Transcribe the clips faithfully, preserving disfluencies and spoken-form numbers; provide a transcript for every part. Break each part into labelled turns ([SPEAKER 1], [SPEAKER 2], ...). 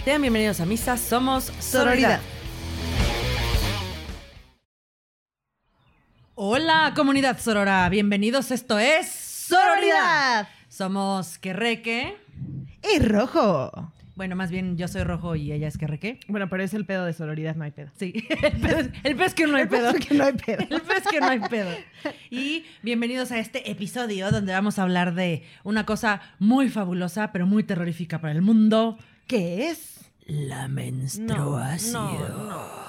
[SPEAKER 1] Sean bienvenidos a Misa, somos Sororidad.
[SPEAKER 2] Sororidad.
[SPEAKER 1] Hola, comunidad sorora, bienvenidos, esto es
[SPEAKER 2] Sororidad.
[SPEAKER 1] Somos Querreque.
[SPEAKER 2] Y Rojo.
[SPEAKER 1] Bueno, más bien yo soy Rojo y ella es Querreque.
[SPEAKER 2] Bueno, pero es el pedo de sororidad, no hay pedo.
[SPEAKER 1] Sí, el pez, el pez que no hay pedo.
[SPEAKER 2] El pez que no hay pedo.
[SPEAKER 1] El pez que no hay pedo. Y bienvenidos a este episodio donde vamos a hablar de una cosa muy fabulosa, pero muy terrorífica para el mundo.
[SPEAKER 2] ¿Qué es?
[SPEAKER 1] La menstruación.
[SPEAKER 2] No, no, no.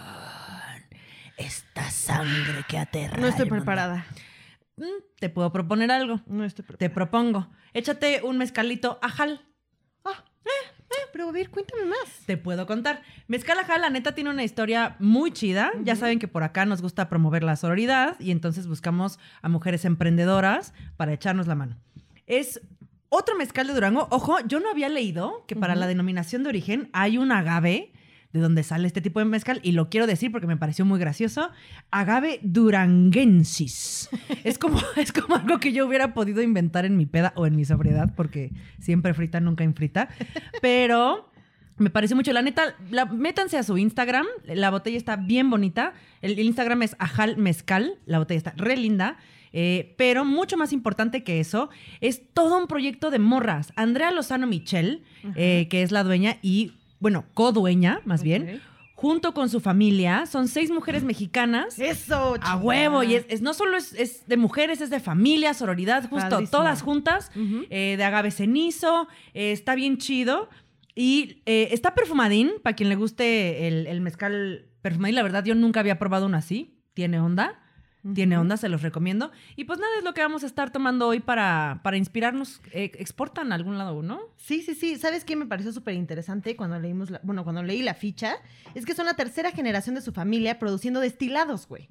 [SPEAKER 1] Esta sangre que aterra.
[SPEAKER 2] No estoy
[SPEAKER 1] el mundo.
[SPEAKER 2] preparada.
[SPEAKER 1] Mm, Te puedo proponer algo.
[SPEAKER 2] No estoy
[SPEAKER 1] Te
[SPEAKER 2] preparada.
[SPEAKER 1] propongo. Échate un mezcalito ajal.
[SPEAKER 2] Ah, eh, eh, pero a ver, cuéntame más.
[SPEAKER 1] Te puedo contar. Mezcal Ajal, la neta, tiene una historia muy chida. Uh-huh. Ya saben que por acá nos gusta promover la sororidad y entonces buscamos a mujeres emprendedoras para echarnos la mano. Es otro mezcal de Durango. Ojo, yo no había leído que para uh-huh. la denominación de origen hay un agave de donde sale este tipo de mezcal, y lo quiero decir porque me pareció muy gracioso. Agave duranguensis. es, como, es como algo que yo hubiera podido inventar en mi peda o en mi sobriedad, porque siempre frita, nunca infrita. Pero me pareció mucho. La neta, la, métanse a su Instagram. La botella está bien bonita. El, el Instagram es Ajal Mezcal. La botella está re linda. Eh, pero mucho más importante que eso, es todo un proyecto de morras. Andrea Lozano Michel, uh-huh. eh, que es la dueña y... bueno, codueña, más okay. bien, junto con su familia. Son seis mujeres mexicanas.
[SPEAKER 2] ¡Eso!
[SPEAKER 1] A huevo. Y es, es, no solo es, es de mujeres, es de familia, sororidad, justo Padrísimo. Todas juntas, uh-huh. eh, de agave cenizo. Eh, está bien chido. Y eh, está perfumadín, para quien le guste el, el mezcal perfumadín. La verdad, yo nunca había probado uno así. Tiene onda. Uh-huh. Tiene onda, se los recomiendo. Y pues nada, es lo que vamos a estar tomando hoy para, para inspirarnos. Eh, ¿Exportan a algún lado, no?
[SPEAKER 2] Sí, sí, sí. ¿Sabes qué me pareció súper interesante cuando leímos la, bueno, cuando leí la ficha? Es que son la tercera generación de su familia produciendo destilados, güey.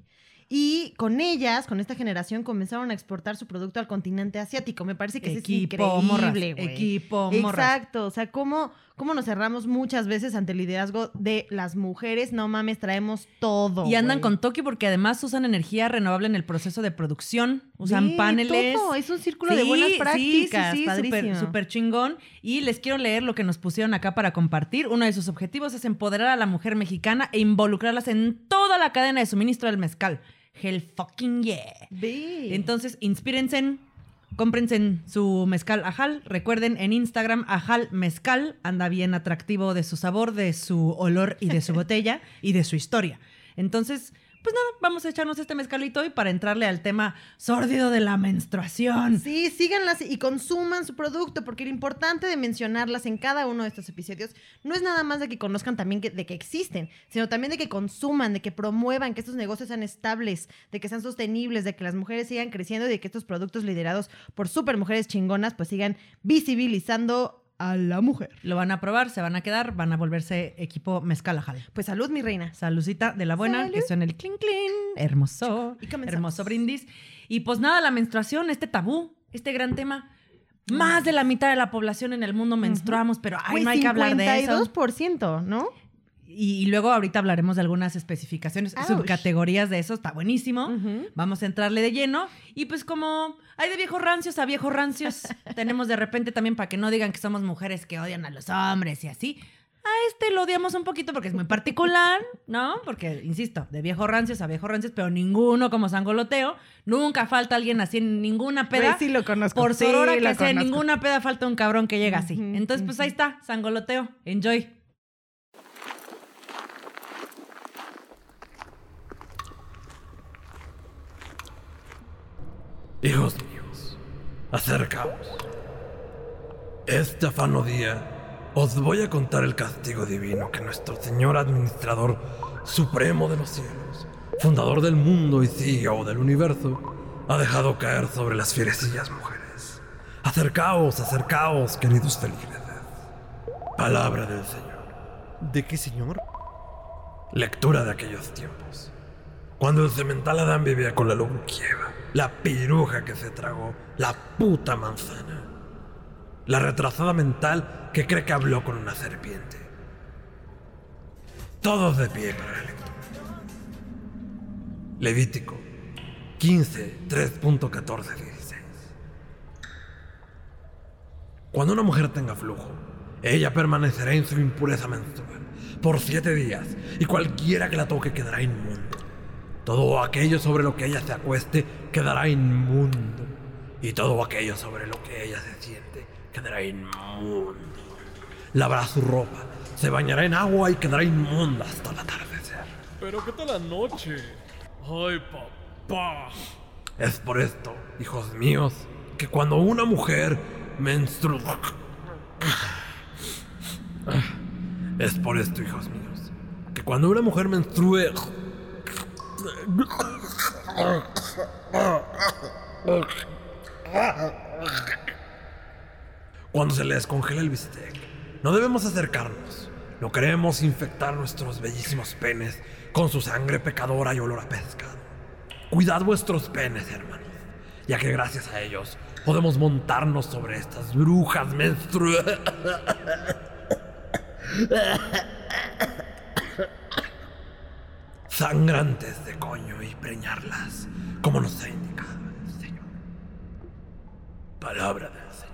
[SPEAKER 2] Y con ellas, con esta generación, comenzaron a exportar su producto al continente asiático. Me parece que
[SPEAKER 1] Equipo,
[SPEAKER 2] es increíble,
[SPEAKER 1] morras,
[SPEAKER 2] güey.
[SPEAKER 1] Equipo, morras.
[SPEAKER 2] Exacto. O sea, ¿cómo, cómo nos cerramos muchas veces ante el liderazgo de las mujeres? No mames, traemos todo,
[SPEAKER 1] Y andan
[SPEAKER 2] güey.
[SPEAKER 1] con Tokio porque además usan energía renovable en el proceso de producción. Usan
[SPEAKER 2] sí,
[SPEAKER 1] paneles.
[SPEAKER 2] Todo. Es un círculo
[SPEAKER 1] sí,
[SPEAKER 2] de buenas prácticas.
[SPEAKER 1] Sí, sí, sí, súper, súper chingón. Y les quiero leer lo que nos pusieron acá para compartir. Uno de sus objetivos es empoderar a la mujer mexicana e involucrarlas en toda la cadena de suministro del mezcal. Hell fucking yeah.
[SPEAKER 2] Ve.
[SPEAKER 1] Entonces, inspírense, cómprense en su mezcal Ajal. Recuerden, en Instagram, Ajal Mezcal. Anda bien atractivo de su sabor, de su olor y de su botella y de su historia. Entonces, pues nada, vamos a echarnos este mezcalito hoy para entrarle al tema sórdido de la menstruación.
[SPEAKER 2] Sí, síganlas y consuman su producto, porque lo importante de mencionarlas en cada uno de estos episodios no es nada más de que conozcan también que, de que existen, sino también de que consuman, de que promuevan, que estos negocios sean estables, de que sean sostenibles, de que las mujeres sigan creciendo y de que estos productos liderados por súper mujeres chingonas pues sigan visibilizando a la mujer.
[SPEAKER 1] Lo van a probar, se van a quedar, van a volverse equipo mezcal Ajal.
[SPEAKER 2] Pues salud, mi reina.
[SPEAKER 1] Saludcita de la buena,
[SPEAKER 2] Salud.
[SPEAKER 1] Que suena el clink clink. Hermoso.
[SPEAKER 2] Y comenzamos.
[SPEAKER 1] Hermoso brindis. Y pues nada, la menstruación, este tabú, este gran tema. Más de la mitad de la población en el mundo menstruamos, uh-huh. pero ay,
[SPEAKER 2] Uy,
[SPEAKER 1] no hay que hablar de eso.
[SPEAKER 2] cincuenta y dos por ciento, ¿no?
[SPEAKER 1] Y, y luego ahorita hablaremos de algunas especificaciones,
[SPEAKER 2] Ouch.
[SPEAKER 1] subcategorías de eso, está buenísimo.
[SPEAKER 2] Uh-huh.
[SPEAKER 1] Vamos a entrarle de lleno. Y pues como hay de viejos rancios a viejos rancios, tenemos de repente también para que no digan que somos mujeres que odian a los hombres y así. A este lo odiamos un poquito porque es muy particular, ¿no? Porque, insisto, de viejos rancios a viejos rancios, pero ninguno como sangoloteo. Nunca falta alguien así en ninguna peda.
[SPEAKER 2] Pues sí lo conozco.
[SPEAKER 1] Por sorora
[SPEAKER 2] sí,
[SPEAKER 1] que sea, en
[SPEAKER 2] conozco.
[SPEAKER 1] ninguna peda falta un cabrón que llega así.
[SPEAKER 2] Uh-huh,
[SPEAKER 1] Entonces, pues
[SPEAKER 2] uh-huh.
[SPEAKER 1] ahí está, sangoloteo. Enjoy.
[SPEAKER 3] Hijos míos, acercaos. Este afano día os voy a contar el castigo divino que nuestro Señor Administrador Supremo de los cielos, fundador del mundo y C E O del universo, ha dejado caer sobre las fierecillas mujeres. Acercaos, acercaos, queridos feligreses. Palabra del Señor.
[SPEAKER 4] ¿De qué, señor?
[SPEAKER 3] Lectura de aquellos tiempos, cuando el semental Adán vivía con la loba que Eva, la piruja que se tragó la puta manzana, la retrasada mental que cree que habló con una serpiente. Todos de pie para la lectura. Levítico quince, tres punto catorce, dieciséis. Cuando una mujer tenga flujo, Ella permanecerá en su impureza menstrual por siete días, y cualquiera que la toque quedará inmundo. Todo aquello sobre lo que ella se acueste quedará inmundo, y todo aquello sobre lo que ella se siente quedará inmundo. Lavará su ropa, se bañará en agua y quedará inmunda hasta el atardecer.
[SPEAKER 4] Pero ¿qué tal la noche? Ay, papá.
[SPEAKER 3] Es por esto, hijos míos, que cuando una mujer menstrua... Es por esto, hijos míos, que cuando una mujer menstrue... Cuando se le descongela el bistec, no debemos acercarnos. No queremos infectar nuestros bellísimos penes con su sangre pecadora y olor a pescado. Cuidad vuestros penes, hermanos, ya que gracias a ellos podemos montarnos sobre estas brujas menstruales. Sangrantes de coño, y preñarlas como nos ha indicado el Señor. Palabra del Señor.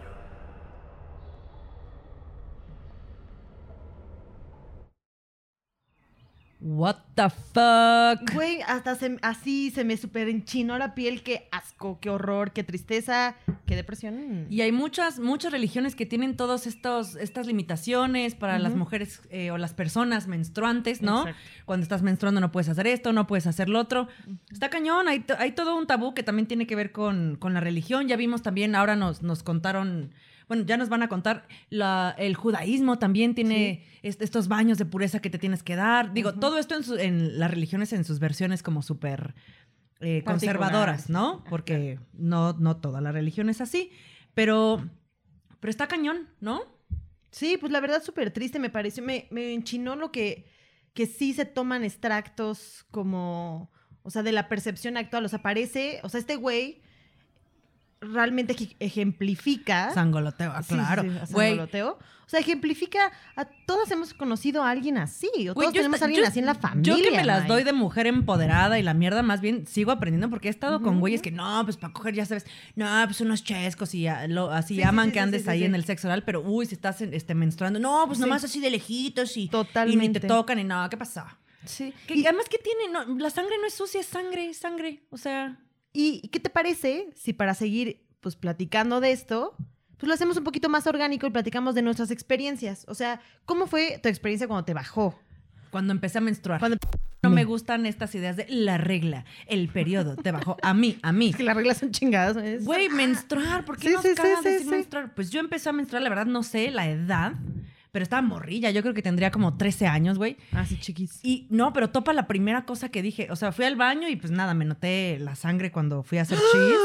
[SPEAKER 1] What the fuck.
[SPEAKER 2] Güey, hasta se- así se me super enchinó la piel. Qué asco, qué horror, qué tristeza, qué depresión.
[SPEAKER 1] Y hay muchas, muchas religiones que tienen todas estas limitaciones para las
[SPEAKER 2] Ujú.
[SPEAKER 1] mujeres eh, o las personas menstruantes, ¿no?
[SPEAKER 2] Exacto.
[SPEAKER 1] Cuando estás menstruando no puedes hacer esto, no puedes hacer lo otro. Está cañón, hay, to- hay todo un tabú que también tiene que ver con, con la religión. Ya vimos también, ahora nos, nos contaron, bueno, ya nos van a contar, la, el judaísmo también tiene est- estos baños de pureza que te tienes que dar. Digo,
[SPEAKER 2] Ujú.
[SPEAKER 1] todo esto en, su- en las religiones en sus versiones como súper eh, conservadoras,
[SPEAKER 2] Particulares.
[SPEAKER 1] ¿no?
[SPEAKER 2] Ah,
[SPEAKER 1] Porque no, no toda la religión es así. Pero, pero está cañón, ¿no?
[SPEAKER 2] Sí, pues la verdad súper triste me pareció. Me, me enchinó lo que, que sí se toman extractos como, o sea, de la percepción actual. O sea, parece, o sea, este güey realmente ej- ejemplifica.
[SPEAKER 1] Sangoloteo, ah,
[SPEAKER 2] Sí,
[SPEAKER 1] claro.
[SPEAKER 2] sí, sí, a
[SPEAKER 1] Güey,
[SPEAKER 2] sangoloteo. O sea, ejemplifica, a todos hemos conocido a alguien así, o
[SPEAKER 1] güey,
[SPEAKER 2] todos
[SPEAKER 1] yo
[SPEAKER 2] tenemos
[SPEAKER 1] esta-
[SPEAKER 2] a alguien
[SPEAKER 1] yo-
[SPEAKER 2] así en la familia.
[SPEAKER 1] Yo que me las
[SPEAKER 2] May.
[SPEAKER 1] doy de mujer empoderada y la mierda, más bien sigo aprendiendo porque he estado con
[SPEAKER 2] Ujú.
[SPEAKER 1] güeyes que no, pues para coger, ya sabes, no, pues unos chescos y a- lo- así
[SPEAKER 2] Sí, sí,
[SPEAKER 1] aman
[SPEAKER 2] sí,
[SPEAKER 1] que
[SPEAKER 2] sí,
[SPEAKER 1] andes
[SPEAKER 2] sí,
[SPEAKER 1] ahí
[SPEAKER 2] sí.
[SPEAKER 1] en el sexo oral, pero uy, si estás en- este, menstruando, no, pues
[SPEAKER 2] Sí.
[SPEAKER 1] nomás así de lejitos y, y ni
[SPEAKER 2] Totalmente.
[SPEAKER 1] te tocan y no, ¿qué pasa?
[SPEAKER 2] Sí.
[SPEAKER 1] Que,
[SPEAKER 2] Y-
[SPEAKER 1] además, ¿qué tiene? No, la sangre no es sucia, es sangre, es sangre. O sea,
[SPEAKER 2] ¿Y qué te parece si para seguir pues platicando de esto, pues lo hacemos un poquito más orgánico y platicamos de nuestras experiencias? O sea, ¿cómo fue tu experiencia cuando te bajó?
[SPEAKER 1] cuando empecé a menstruar.
[SPEAKER 2] Cuando-
[SPEAKER 1] No me gustan estas ideas de la regla, el periodo, te bajó. A mí, a mí.
[SPEAKER 2] Es que las reglas son chingadas. ¿Es?
[SPEAKER 1] Güey, menstruar, ¿por qué
[SPEAKER 2] Sí,
[SPEAKER 1] nos
[SPEAKER 2] sí, sí,
[SPEAKER 1] caga
[SPEAKER 2] sí,
[SPEAKER 1] decir
[SPEAKER 2] sí.
[SPEAKER 1] menstruar? Pues yo empecé a menstruar, la verdad no sé la edad, pero estaba morrilla, yo creo que tendría como trece años, güey.
[SPEAKER 2] Ah, sí, chiquis.
[SPEAKER 1] Y no, pero topa la primera cosa que dije, o sea, fui al baño y pues nada, me noté la sangre cuando fui a hacer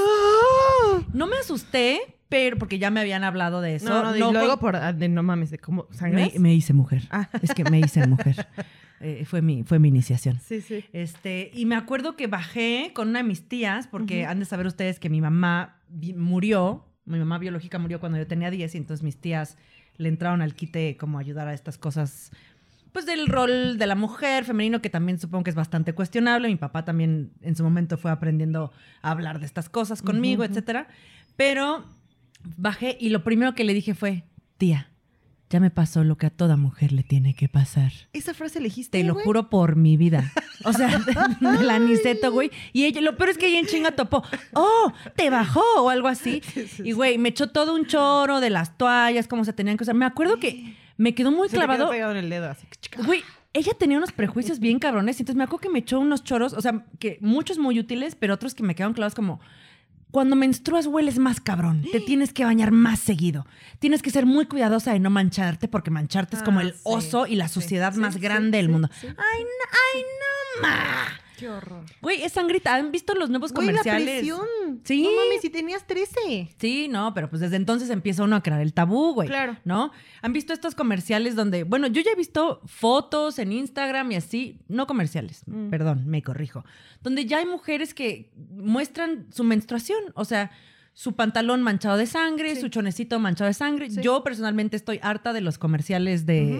[SPEAKER 1] chis. No me asusté, pero porque ya me habían hablado de eso.
[SPEAKER 2] No, no, y
[SPEAKER 1] No,
[SPEAKER 2] luego
[SPEAKER 1] por-
[SPEAKER 2] por, ah, de no mames, de cómo sangras.
[SPEAKER 1] me, me hice mujer.
[SPEAKER 2] Ah.
[SPEAKER 1] Es que me hice mujer. Eh, fue, mi, fue mi iniciación.
[SPEAKER 2] Sí, sí.
[SPEAKER 1] Este, y me acuerdo que bajé con una de mis tías, porque
[SPEAKER 2] Ujú.
[SPEAKER 1] han de saber ustedes que mi mamá vi- murió, mi mamá biológica murió cuando yo tenía diez, y entonces mis tías le entraron al quite como a ayudar a estas cosas, pues del rol de la mujer femenino, que también supongo que es bastante cuestionable. Mi papá también en su momento fue aprendiendo a hablar de estas cosas conmigo,
[SPEAKER 2] Ujú, ujú.
[SPEAKER 1] etcétera. Pero bajé y lo primero que le dije fue, tía, ya me pasó lo que a toda mujer le tiene que pasar.
[SPEAKER 2] Esa frase elegiste,
[SPEAKER 1] Te lo
[SPEAKER 2] güey?
[SPEAKER 1] juro por mi vida. O sea, de la Niceto, güey. Y ella, lo peor es que ella en chinga topó. ¡Oh! ¿Te bajó? O algo así. Y, güey, me echó todo un choro de las toallas, cómo se tenían que usar. Me acuerdo que me quedó muy
[SPEAKER 2] Se te quedó
[SPEAKER 1] clavado.
[SPEAKER 2] pegado en el dedo, así.
[SPEAKER 1] Güey, ella tenía unos prejuicios bien cabrones. Entonces me acuerdo que me echó unos choros, o sea, que muchos muy útiles, pero otros que me quedaron clavados como... Cuando menstruas hueles más cabrón, te tienes que bañar más seguido. Tienes que ser muy cuidadosa de no mancharte, porque mancharte es como
[SPEAKER 2] Ah,
[SPEAKER 1] el
[SPEAKER 2] sí,
[SPEAKER 1] oso y la
[SPEAKER 2] sí,
[SPEAKER 1] suciedad
[SPEAKER 2] sí,
[SPEAKER 1] más
[SPEAKER 2] sí,
[SPEAKER 1] grande del
[SPEAKER 2] sí,
[SPEAKER 1] mundo.
[SPEAKER 2] sí.
[SPEAKER 1] Ay, no, ay, no, ma.
[SPEAKER 2] Qué horror.
[SPEAKER 1] Güey, es sangrita. ¿Han visto los nuevos
[SPEAKER 2] Güey, la
[SPEAKER 1] comerciales?
[SPEAKER 2] presión.
[SPEAKER 1] Sí.
[SPEAKER 2] No mames, si tenías trece.
[SPEAKER 1] Sí, no, pero pues desde entonces empieza uno a crear el tabú, güey.
[SPEAKER 2] Claro.
[SPEAKER 1] ¿No? ¿Han visto estos comerciales donde, bueno, yo ya he visto fotos en Instagram y así, no comerciales,
[SPEAKER 2] Mm.
[SPEAKER 1] perdón, me corrijo, donde ya hay mujeres que muestran su menstruación, o sea, su pantalón manchado de sangre,
[SPEAKER 2] Sí.
[SPEAKER 1] su chonecito manchado de sangre.
[SPEAKER 2] Sí.
[SPEAKER 1] Yo personalmente estoy harta de los comerciales de,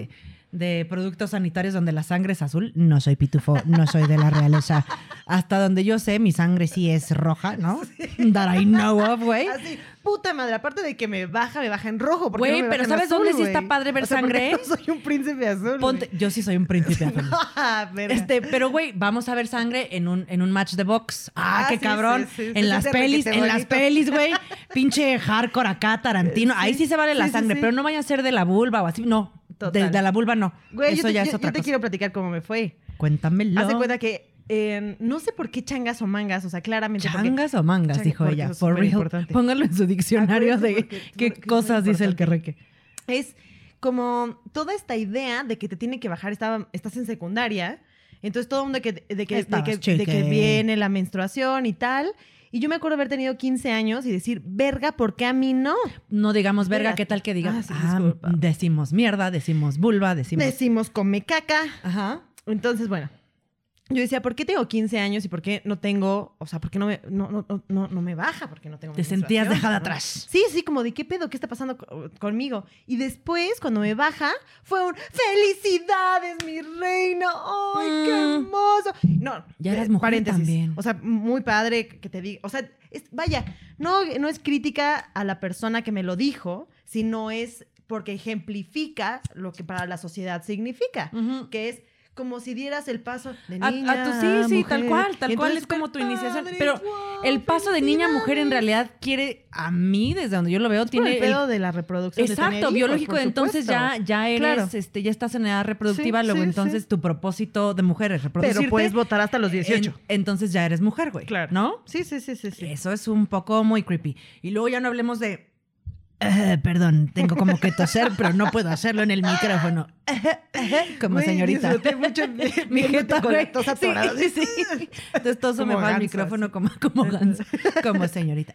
[SPEAKER 1] de productos sanitarios donde la sangre es azul. No soy pitufo, no soy de la realeza. Hasta donde yo sé, mi sangre sí es roja, ¿no? Sí. That I know of, güey.
[SPEAKER 2] Así, puta madre, aparte de que me baja, me baja en rojo.
[SPEAKER 1] Güey,
[SPEAKER 2] no
[SPEAKER 1] pero ¿sabes
[SPEAKER 2] azul,
[SPEAKER 1] dónde
[SPEAKER 2] güey?
[SPEAKER 1] sí está padre ver
[SPEAKER 2] o sea,
[SPEAKER 1] sangre?
[SPEAKER 2] No soy un príncipe azul.
[SPEAKER 1] Ponte, yo sí soy un príncipe azul.
[SPEAKER 2] Verga.
[SPEAKER 1] Este, pero güey, vamos a ver sangre en un, en un match de box. Ah,
[SPEAKER 2] Ah,
[SPEAKER 1] qué
[SPEAKER 2] sí,
[SPEAKER 1] cabrón.
[SPEAKER 2] sí, sí,
[SPEAKER 1] en
[SPEAKER 2] sí,
[SPEAKER 1] las
[SPEAKER 2] sí,
[SPEAKER 1] pelis,
[SPEAKER 2] requete
[SPEAKER 1] en las
[SPEAKER 2] bonito.
[SPEAKER 1] pelis, güey. Pinche hardcore acá, Tarantino. Ahí sí se vale la
[SPEAKER 2] sí, sí,
[SPEAKER 1] sangre,
[SPEAKER 2] sí.
[SPEAKER 1] pero no vaya a ser de la vulva o así. No,
[SPEAKER 2] Total.
[SPEAKER 1] de, de la vulva no.
[SPEAKER 2] Güey,
[SPEAKER 1] Eso
[SPEAKER 2] yo te,
[SPEAKER 1] ya
[SPEAKER 2] yo-
[SPEAKER 1] es otra
[SPEAKER 2] yo te
[SPEAKER 1] cosa.
[SPEAKER 2] quiero platicar cómo me fue.
[SPEAKER 1] Cuéntamelo.
[SPEAKER 2] Haz de cuenta que eh, no sé por qué changas o mangas, o sea, claramente. porque-
[SPEAKER 1] ¿Changas o mangas?
[SPEAKER 2] Chang-
[SPEAKER 1] Dijo
[SPEAKER 2] porque
[SPEAKER 1] ella.
[SPEAKER 2] eso es
[SPEAKER 1] For
[SPEAKER 2] súper
[SPEAKER 1] real.
[SPEAKER 2] importante.
[SPEAKER 1] Póngalo en su diccionario
[SPEAKER 2] Acuérdense
[SPEAKER 1] de
[SPEAKER 2] porque-
[SPEAKER 1] qué
[SPEAKER 2] porque es muy
[SPEAKER 1] cosas dice el
[SPEAKER 2] importante.
[SPEAKER 1] querreque.
[SPEAKER 2] Es como toda esta idea de que te tiene que bajar, estaba, estás en secundaria, entonces todo el mundo de que, de que, de que,
[SPEAKER 1] Estabas
[SPEAKER 2] de
[SPEAKER 1] chique.
[SPEAKER 2] que viene la menstruación y tal. Y yo me acuerdo haber tenido quince años y decir, verga, ¿por qué a mí no?
[SPEAKER 1] No digamos verga,
[SPEAKER 2] Espérate.
[SPEAKER 1] ¿qué tal que digas?
[SPEAKER 2] Ah, sí,
[SPEAKER 1] Ah,
[SPEAKER 2] disculpa.
[SPEAKER 1] decimos mierda, decimos vulva, decimos...
[SPEAKER 2] Decimos come caca.
[SPEAKER 1] Ajá.
[SPEAKER 2] Entonces, bueno, yo decía, ¿por qué tengo quince años y por qué no tengo, o sea, por qué no me, no, no, no- no, no me baja? ¿Por qué no tengo
[SPEAKER 1] Te sentías
[SPEAKER 2] menstruación?
[SPEAKER 1] dejada
[SPEAKER 2] ¿No?
[SPEAKER 1] atrás.
[SPEAKER 2] Sí, sí, como de qué pedo, qué está pasando co- conmigo. Y después, cuando me baja, fue un ¡felicidades, mi reina! ¡Ay, qué
[SPEAKER 1] Mm.
[SPEAKER 2] hermoso! No,
[SPEAKER 1] Ya eras
[SPEAKER 2] eh,
[SPEAKER 1] mujer
[SPEAKER 2] paréntesis.
[SPEAKER 1] también.
[SPEAKER 2] O sea, muy padre que te diga. O sea, es- vaya, no, no es crítica a la persona que me lo dijo, sino es porque ejemplifica lo que para la sociedad significa,
[SPEAKER 1] Ujú.
[SPEAKER 2] que es como si dieras el paso de
[SPEAKER 1] A-
[SPEAKER 2] niña
[SPEAKER 1] a tu- sí, sí,
[SPEAKER 2] mujer.
[SPEAKER 1] tal cual, tal
[SPEAKER 2] Y
[SPEAKER 1] cual
[SPEAKER 2] entonces,
[SPEAKER 1] es como tu
[SPEAKER 2] qué
[SPEAKER 1] iniciación.
[SPEAKER 2] padre,
[SPEAKER 1] Pero
[SPEAKER 2] guau,
[SPEAKER 1] el paso de niña a mujer en
[SPEAKER 2] felicidades.
[SPEAKER 1] realidad quiere, a mí, desde donde yo lo veo,
[SPEAKER 2] Por
[SPEAKER 1] tiene
[SPEAKER 2] el
[SPEAKER 1] el-
[SPEAKER 2] pedo de la reproducción. de tener
[SPEAKER 1] exacto,
[SPEAKER 2] hijos,
[SPEAKER 1] biológico.
[SPEAKER 2] por
[SPEAKER 1] Entonces ya,
[SPEAKER 2] supuesto.
[SPEAKER 1] ya eres,
[SPEAKER 2] Claro.
[SPEAKER 1] este, ya estás en edad reproductiva,
[SPEAKER 2] Sí,
[SPEAKER 1] luego
[SPEAKER 2] sí,
[SPEAKER 1] entonces
[SPEAKER 2] sí.
[SPEAKER 1] tu propósito de mujer es reproducirte.
[SPEAKER 2] Pero puedes votar hasta los dieciocho.
[SPEAKER 1] En- entonces ya eres mujer, güey.
[SPEAKER 2] Claro.
[SPEAKER 1] ¿No?
[SPEAKER 2] Sí, sí, sí, sí. sí.
[SPEAKER 1] Eso es un poco muy creepy. Y luego ya no hablemos de... "Eh, perdón, tengo como que toser, pero no puedo hacerlo en el micrófono. Como
[SPEAKER 2] Güey,
[SPEAKER 1] señorita.
[SPEAKER 2] disfruté mucho
[SPEAKER 1] Mi
[SPEAKER 2] viéndote
[SPEAKER 1] jeta,
[SPEAKER 2] con la
[SPEAKER 1] güey.
[SPEAKER 2] tos
[SPEAKER 1] Sí,
[SPEAKER 2] atorada.
[SPEAKER 1] sí, sí. Entonces todo eso me
[SPEAKER 2] Como
[SPEAKER 1] va al
[SPEAKER 2] ganso,
[SPEAKER 1] micrófono
[SPEAKER 2] así.
[SPEAKER 1] como, como ganso, como señorita.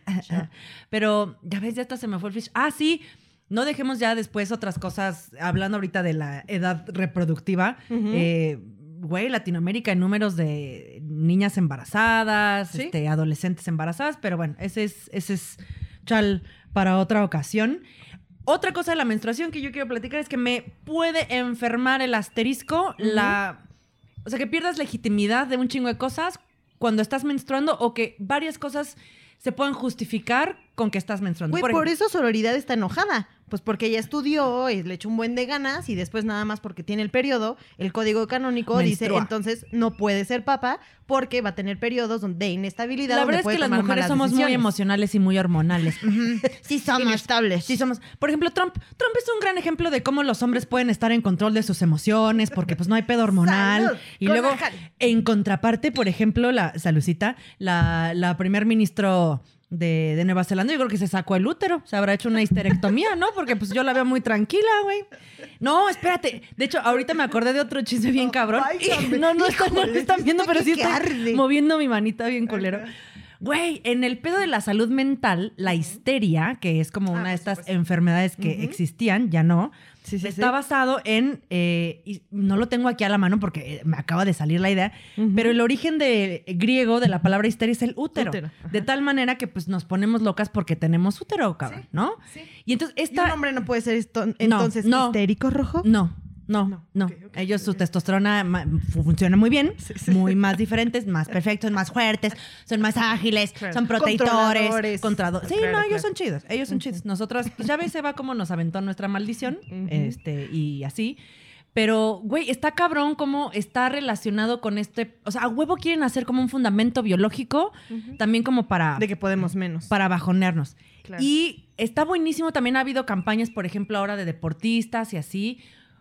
[SPEAKER 1] Pero ya ves, ya hasta se me fue el fish. Ah, sí. No dejemos ya después otras cosas, hablando ahorita de la edad reproductiva.
[SPEAKER 2] Ujú.
[SPEAKER 1] Eh, güey, Latinoamérica en números de niñas embarazadas,
[SPEAKER 2] Sí.
[SPEAKER 1] este, adolescentes embarazadas, pero bueno, ese es, ese es chal para otra ocasión. Otra cosa de la menstruación que yo quiero platicar es que me puede enfermar el asterisco, la... O sea, que pierdas legitimidad de un chingo de cosas cuando estás menstruando o que varias cosas se pueden justificar con que estás menstruando.
[SPEAKER 2] Güey, por,
[SPEAKER 1] ejemplo-
[SPEAKER 2] eso Sororidad está enojada. Pues porque ella estudió y le echó un buen de ganas y después nada más porque tiene el periodo, el código canónico dice
[SPEAKER 1] Menstrua.
[SPEAKER 2] entonces no puede ser papa porque va a tener periodos donde- de inestabilidad.
[SPEAKER 1] La
[SPEAKER 2] donde
[SPEAKER 1] verdad es
[SPEAKER 2] puede
[SPEAKER 1] que las
[SPEAKER 2] tomar
[SPEAKER 1] mujeres
[SPEAKER 2] malas
[SPEAKER 1] somos muy
[SPEAKER 2] decisiones.
[SPEAKER 1] emocionales y muy hormonales. Ujú. Sí somos.
[SPEAKER 2] Inestables.
[SPEAKER 1] Sí somos. Por ejemplo, Trump. Trump es un gran ejemplo de cómo los hombres pueden estar en control de sus emociones porque pues no hay pedo hormonal.
[SPEAKER 2] Salud,
[SPEAKER 1] Y
[SPEAKER 2] con
[SPEAKER 1] luego,
[SPEAKER 2] la jale.
[SPEAKER 1] en contraparte, por ejemplo, la Salucita, la, la primer ministro de, de Nueva Zelanda, yo creo que se sacó el útero. Se habrá hecho una histerectomía, ¿no? Porque pues yo la veo muy tranquila, güey. No, espérate. De hecho, ahorita me acordé de otro chisme bien cabrón.
[SPEAKER 2] Válgame.
[SPEAKER 1] No, no están, no
[SPEAKER 2] Híjole,
[SPEAKER 1] están viendo,
[SPEAKER 2] está
[SPEAKER 1] pero sí
[SPEAKER 2] que
[SPEAKER 1] estoy
[SPEAKER 2] arde.
[SPEAKER 1] moviendo mi manita bien culero. Güey, en el pedo de la salud mental, la histeria, que es como
[SPEAKER 2] Ah,
[SPEAKER 1] una de
[SPEAKER 2] por
[SPEAKER 1] estas
[SPEAKER 2] supuesto.
[SPEAKER 1] enfermedades que
[SPEAKER 2] Ujú.
[SPEAKER 1] existían, ya no,
[SPEAKER 2] Sí, sí,
[SPEAKER 1] está
[SPEAKER 2] sí.
[SPEAKER 1] basado en, eh, y no lo tengo aquí a la mano porque me acaba de salir la idea,
[SPEAKER 2] Ujú.
[SPEAKER 1] pero el origen de, griego de la palabra histeria es el útero.
[SPEAKER 2] Útero, ajá.
[SPEAKER 1] De tal manera que pues nos ponemos locas porque tenemos útero, cabrón,
[SPEAKER 2] Sí,
[SPEAKER 1] ¿no?
[SPEAKER 2] sí.
[SPEAKER 1] Y entonces
[SPEAKER 2] ¿Y un
[SPEAKER 1] esta...
[SPEAKER 2] hombre no puede ser esto- entonces
[SPEAKER 1] no.
[SPEAKER 2] histérico rojo?
[SPEAKER 1] No, no,
[SPEAKER 2] No,
[SPEAKER 1] no.
[SPEAKER 2] ok, ok,
[SPEAKER 1] Ellos, su
[SPEAKER 2] ok.
[SPEAKER 1] testosterona ma- fu- funciona muy bien,
[SPEAKER 2] Sí, sí.
[SPEAKER 1] muy más diferentes, más perfectos, más fuertes, son más ágiles,
[SPEAKER 2] Claro.
[SPEAKER 1] son protectores,
[SPEAKER 2] Controladores.
[SPEAKER 1] contrado- Sí,
[SPEAKER 2] Claro,
[SPEAKER 1] no, ellos
[SPEAKER 2] claro.
[SPEAKER 1] son chidos, ellos son chidos. Nosotras, pues ya ves, se va como nos aventó nuestra maldición,
[SPEAKER 2] Ujú.
[SPEAKER 1] este, y así. Pero, güey, está cabrón cómo está relacionado con este... O sea, a huevo quieren hacer como un fundamento biológico, también como para...
[SPEAKER 2] De que podemos menos.
[SPEAKER 1] para bajonearnos.
[SPEAKER 2] Claro.
[SPEAKER 1] Y está buenísimo, también ha habido campañas, por ejemplo, ahora de deportistas y así.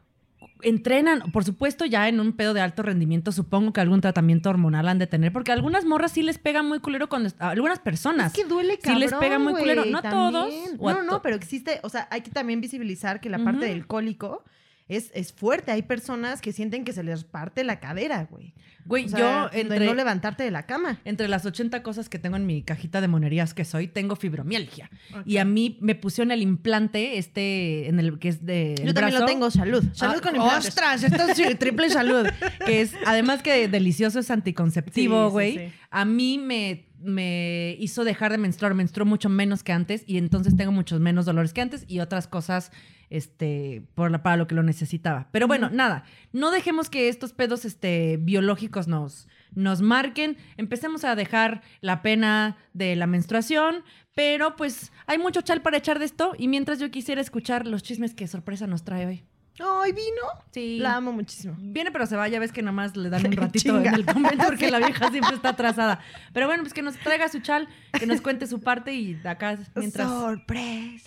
[SPEAKER 1] Entrenan, por supuesto, ya en un pedo de alto rendimiento, supongo que algún tratamiento hormonal han de tener, porque a algunas morras sí les pega muy culero cuando... A algunas personas.
[SPEAKER 2] Es que duele
[SPEAKER 1] Sí
[SPEAKER 2] cabrón,
[SPEAKER 1] les pega muy culero.
[SPEAKER 2] güey,
[SPEAKER 1] No a
[SPEAKER 2] también.
[SPEAKER 1] todos, o a
[SPEAKER 2] No, no,
[SPEAKER 1] to-
[SPEAKER 2] pero existe, o sea, hay que también visibilizar que la parte
[SPEAKER 1] Ujú.
[SPEAKER 2] del cólico es, es fuerte. Hay personas que sienten que se les parte la cadera, güey.
[SPEAKER 1] Güey,
[SPEAKER 2] O sea,
[SPEAKER 1] yo
[SPEAKER 2] de
[SPEAKER 1] entre...
[SPEAKER 2] no levantarte de la cama.
[SPEAKER 1] Entre las ochenta cosas que tengo en mi cajita de monerías que soy, tengo fibromialgia. Y a mí me pusieron el implante, este, en el que es de.
[SPEAKER 2] Yo también lo tengo, salud. Salud
[SPEAKER 1] Ah,
[SPEAKER 2] con implantes.
[SPEAKER 1] ¡Ostras! Esto es sí, triple salud. Que es, además que delicioso, es
[SPEAKER 2] Sí,
[SPEAKER 1] anticonceptivo,
[SPEAKER 2] sí,
[SPEAKER 1] güey.
[SPEAKER 2] sí.
[SPEAKER 1] A mí me, me hizo dejar de menstruar. Menstruo mucho menos que antes y entonces tengo muchos menos dolores que antes y otras cosas este, por la, para lo que lo necesitaba. Pero bueno, uh-huh. nada, no dejemos que estos pedos este, biológicos nos, nos marquen. Empecemos a dejar la pena de la menstruación, pero pues hay mucho chal para echar de esto y mientras yo quisiera escuchar los chismes que Sorpresa nos trae hoy.
[SPEAKER 2] ¡Ay, vino!
[SPEAKER 1] Sí.
[SPEAKER 2] La amo muchísimo.
[SPEAKER 1] Viene, pero se va. Ya ves que nomás le dan un ratito en el convento porque la vieja siempre está atrasada. Pero bueno, pues que nos traiga su chal, que nos cuente su parte y acá mientras...
[SPEAKER 2] ¡Sorpresa!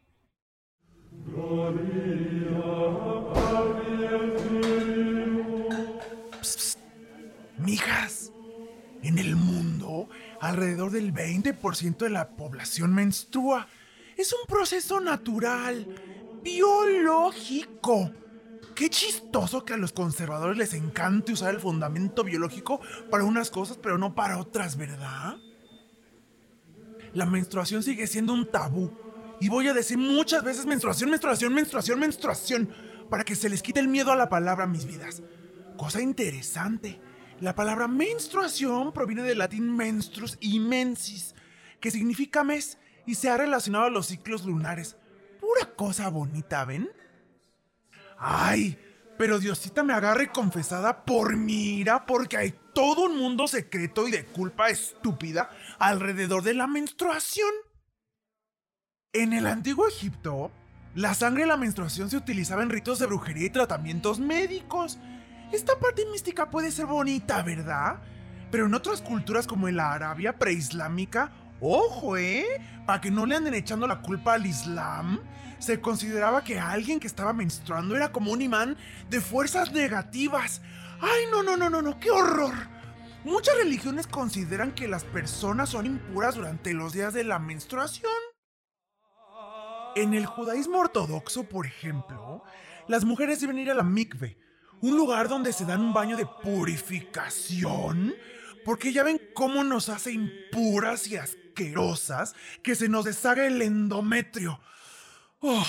[SPEAKER 5] Psst, psst. Mijas, en el mundo, alrededor del veinte por ciento de la población menstrua. Es un proceso natural, biológico. Qué chistoso que a los conservadores les encante usar el fundamento biológico para unas cosas, pero no para otras, ¿verdad? La menstruación sigue siendo un tabú. Y voy a decir muchas veces menstruación, menstruación, menstruación, menstruación, para que se les quite el miedo a la palabra, mis vidas. Cosa interesante. La palabra menstruación proviene del latín menstrus y mensis, que significa mes y se ha relacionado a los ciclos lunares. Pura cosa bonita, ¿ven? Ay, pero Diosita me agarre confesada por mi ira, porque hay todo un mundo secreto y de culpa estúpida alrededor de la menstruación. En el antiguo Egipto, la sangre de la menstruación se utilizaba en ritos de brujería y tratamientos médicos. Esta parte mística puede ser bonita, ¿verdad? Pero en otras culturas como en la Arabia preislámica, ojo, ¿eh? Para que no le anden echando la culpa al Islam, se consideraba que alguien que estaba menstruando era como un imán de fuerzas negativas. ¡Ay, no, no, no, no, no! ¡Qué horror! Muchas religiones consideran que las personas son impuras durante los días de la menstruación. En el judaísmo ortodoxo, por ejemplo, las mujeres deben ir a la mikve, un lugar donde se dan un baño de purificación, porque ya ven cómo nos hace impuras y asquerosas que se nos deshaga el endometrio. Oh.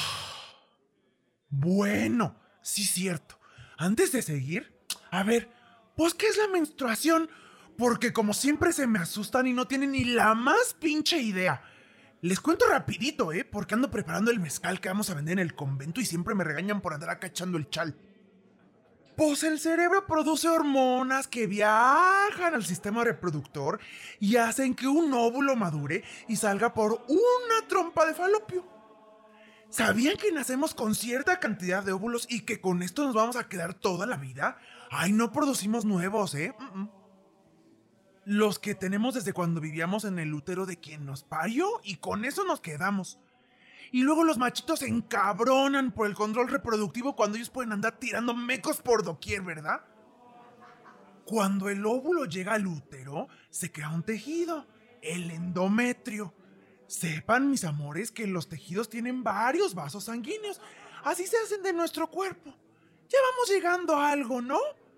[SPEAKER 5] Bueno, sí cierto. Antes de seguir, a ver, pues ¿qué es la menstruación? Porque como siempre se me asustan y no tienen ni la más pinche idea. Les cuento rapidito, ¿eh? Porque ando preparando el mezcal que vamos a vender en el convento y siempre me regañan por andar acá echando el chal. Pues el cerebro produce hormonas que viajan al sistema reproductor y hacen que un óvulo madure y salga por una trompa de falopio. ¿Sabían que nacemos con cierta cantidad de óvulos y que con esto nos vamos a quedar toda la vida? Ay, no producimos nuevos, ¿eh? Mm-mm. Los que tenemos desde cuando vivíamos en el útero de quien nos parió y con eso nos quedamos. Y luego los machitos se encabronan por el control reproductivo cuando ellos pueden andar tirando mecos por doquier, ¿verdad? Cuando el óvulo llega al útero, se crea un tejido, el endometrio. Sepan, mis amores, que los tejidos tienen varios vasos sanguíneos. Así se hacen de nuestro cuerpo. Ya vamos llegando a algo, ¿no?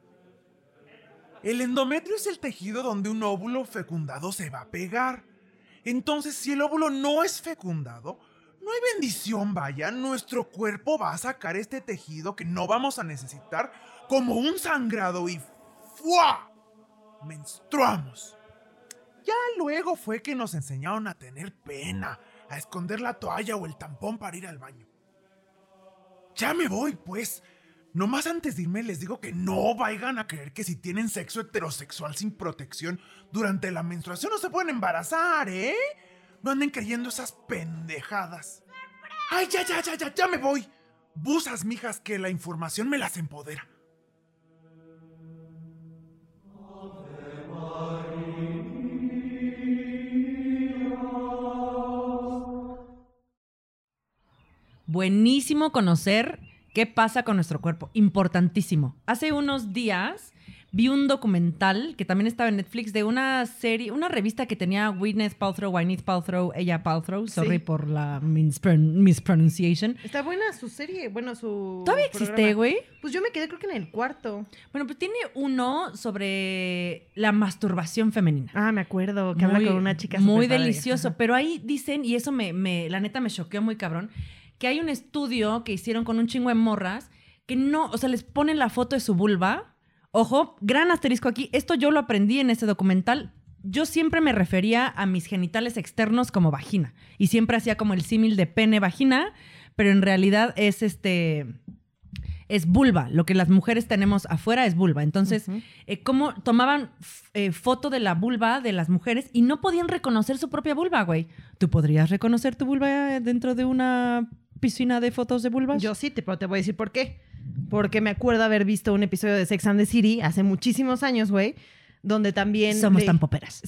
[SPEAKER 5] El endometrio es el tejido donde un óvulo fecundado se va a pegar. Entonces, si el óvulo no es fecundado, no hay bendición, vaya. Nuestro cuerpo va a sacar este tejido que no vamos a necesitar como un sangrado y ¡fua! Menstruamos. Ya luego fue que nos enseñaron a tener pena, a esconder la toalla o el tampón para ir al baño. Ya me voy, pues. Nomás antes de irme les digo que no vayan a creer que si tienen sexo heterosexual sin protección durante la menstruación no se pueden embarazar, ¿eh? No anden creyendo esas pendejadas. ¡Ay, ya, ya, ya, ya, ya me voy! Busas, mijas, que la información me las empodera.
[SPEAKER 1] Buenísimo conocer qué pasa con nuestro cuerpo. Importantísimo. Hace unos días vi un documental que también estaba en Netflix de una serie, una revista que tenía Gwyneth Paltrow, Gwyneth Paltrow, ella Paltrow, sorry sí. por la mispron- mispronunciation.
[SPEAKER 2] Está buena su serie, bueno, su
[SPEAKER 1] ¿Todavía existe, güey?
[SPEAKER 2] Pues yo me quedé creo que en el cuarto.
[SPEAKER 1] Bueno, pues tiene uno sobre la masturbación femenina.
[SPEAKER 2] Ah, me acuerdo, que muy, habla con una chica
[SPEAKER 1] muy delicioso, pero ahí dicen, y eso me, me, la neta me choqueó muy cabrón, que hay un estudio que hicieron con un chingo de morras que no, o sea, les ponen la foto de su vulva. Ojo, gran asterisco aquí. Esto yo lo aprendí en ese documental. Yo siempre me refería a mis genitales externos como vagina. Y siempre hacía como el símil de pene-vagina. pero en realidad es este... es vulva. Lo que las mujeres tenemos afuera es vulva. Entonces, uh-huh. eh, ¿cómo tomaban eh, foto de la vulva de las mujeres y no podían reconocer su propia vulva, güey? ¿Tú podrías reconocer tu vulva dentro de una piscina de fotos de vulvas?
[SPEAKER 2] Yo sí, te, pero te voy a decir por qué. Porque me acuerdo haber visto un episodio de Sex and the City hace muchísimos años, güey, donde también...
[SPEAKER 1] Somos
[SPEAKER 2] le,
[SPEAKER 1] tan poperas.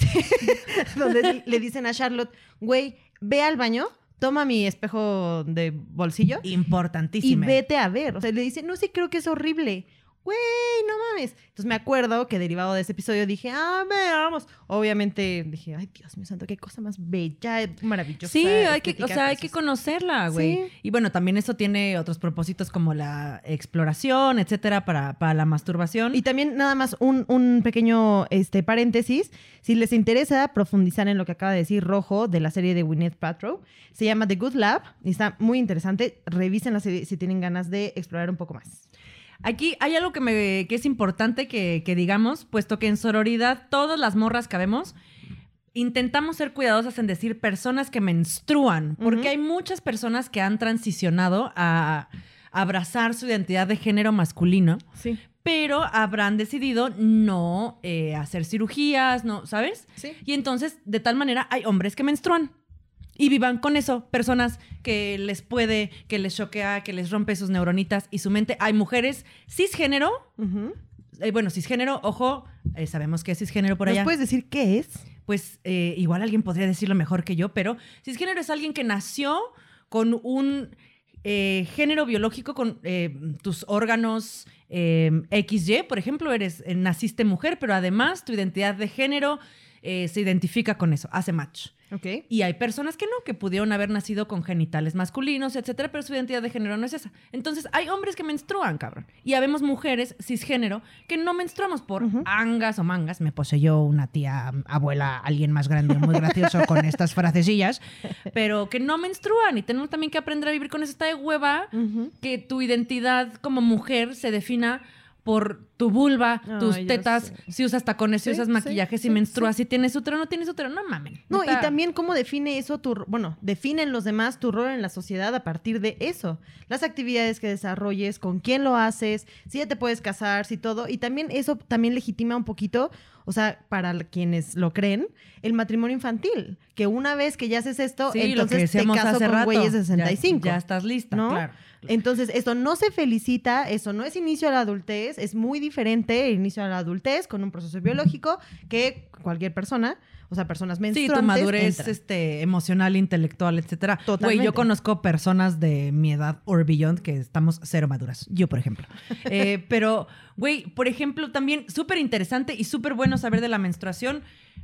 [SPEAKER 2] donde le dicen a Charlotte, güey, ve al baño, toma mi espejo de bolsillo.
[SPEAKER 1] Importantísimo.
[SPEAKER 2] Y vete a ver. O sea, le dice, no, sí, creo que es horrible. Güey, no mames. Entonces me acuerdo que derivado de ese episodio dije, ah, veamos. Obviamente dije, ay, Dios mío santo, qué cosa más bella, maravillosa.
[SPEAKER 1] Sí, hay que, o sea, hay que conocerla, güey.
[SPEAKER 2] Sí.
[SPEAKER 1] Y bueno, también eso tiene otros propósitos como la exploración, etcétera, para, para la masturbación.
[SPEAKER 2] Y también nada más un, un pequeño este, paréntesis. Si les interesa profundizar en lo que acaba de decir Rojo de la serie de Gwyneth Paltrow, se llama The Good Lab y está muy interesante. Revisen la serie si tienen ganas de explorar un poco más.
[SPEAKER 1] Aquí hay algo que, me, que es importante que, que digamos, puesto que en sororidad todas las morras que vemos intentamos ser cuidadosas en decir personas que menstruan, porque uh-huh. hay muchas personas que han transicionado a, a abrazar su identidad de género masculino,
[SPEAKER 2] sí.
[SPEAKER 1] pero habrán decidido no eh, hacer cirugías, no, ¿sabes?
[SPEAKER 2] Sí.
[SPEAKER 1] Y entonces, de tal manera, hay hombres que menstruan. Y vivan con eso, personas que les puede, que les choquea, que les rompe sus neuronitas y su mente. Hay mujeres cisgénero, uh-huh. eh, bueno, cisgénero, ojo, eh, sabemos que es cisgénero por allá.
[SPEAKER 2] ¿Nos puedes decir qué es?
[SPEAKER 1] Pues eh, igual alguien podría decirlo mejor que yo, pero cisgénero es alguien que nació con un eh, género biológico, con eh, tus órganos eh, equis ye, por ejemplo, eres, eh, naciste mujer, pero además tu identidad de género eh, se identifica con eso, hace match.
[SPEAKER 2] Okay.
[SPEAKER 1] Y hay personas que no, que pudieron haber nacido con genitales masculinos, etcétera, pero su identidad de género no es esa. Entonces, hay hombres que menstruan, cabrón. Y habemos mujeres cisgénero que no menstruamos por uh-huh. angas o mangas. Me poseyó una tía, abuela, alguien más grande, muy gracioso con estas frasecillas, pero que no menstruan. Y tenemos también que aprender a vivir con eso. Está de hueva uh-huh. que tu identidad como mujer se defina por tu vulva,
[SPEAKER 2] Ay,
[SPEAKER 1] tus tetas, si usas tacones, si
[SPEAKER 2] sí,
[SPEAKER 1] usas maquillaje,
[SPEAKER 2] sí,
[SPEAKER 1] si
[SPEAKER 2] sí,
[SPEAKER 1] menstruas,
[SPEAKER 2] sí.
[SPEAKER 1] si tienes útero, no tienes útero, no mamen.
[SPEAKER 2] No,
[SPEAKER 1] Neta.
[SPEAKER 2] Y también cómo define eso tu, bueno, definen los demás tu rol en la sociedad a partir de eso. Las actividades que desarrolles, con quién lo haces, si ya te puedes casar, si todo. Y también eso también legitima un poquito, o sea, para quienes lo creen, el matrimonio infantil. Que una vez que ya haces esto,
[SPEAKER 1] sí,
[SPEAKER 2] entonces te caso con güeyes de sesenta y cinco.
[SPEAKER 1] Ya, ya estás lista,
[SPEAKER 2] ¿no?
[SPEAKER 1] claro.
[SPEAKER 2] Entonces, esto no se felicita, eso no es inicio a la adultez, es muy diferente el inicio a la adultez con un proceso biológico que cualquier persona, o sea, personas menstruantes.
[SPEAKER 1] Sí, tu madurez
[SPEAKER 2] entran.
[SPEAKER 1] este, emocional, intelectual, etcétera.
[SPEAKER 2] Totalmente.
[SPEAKER 1] Güey, yo conozco personas de mi edad or beyond que estamos cero maduras. Yo, por ejemplo. eh, pero, güey, por ejemplo, también súper interesante y súper bueno saber de la menstruación.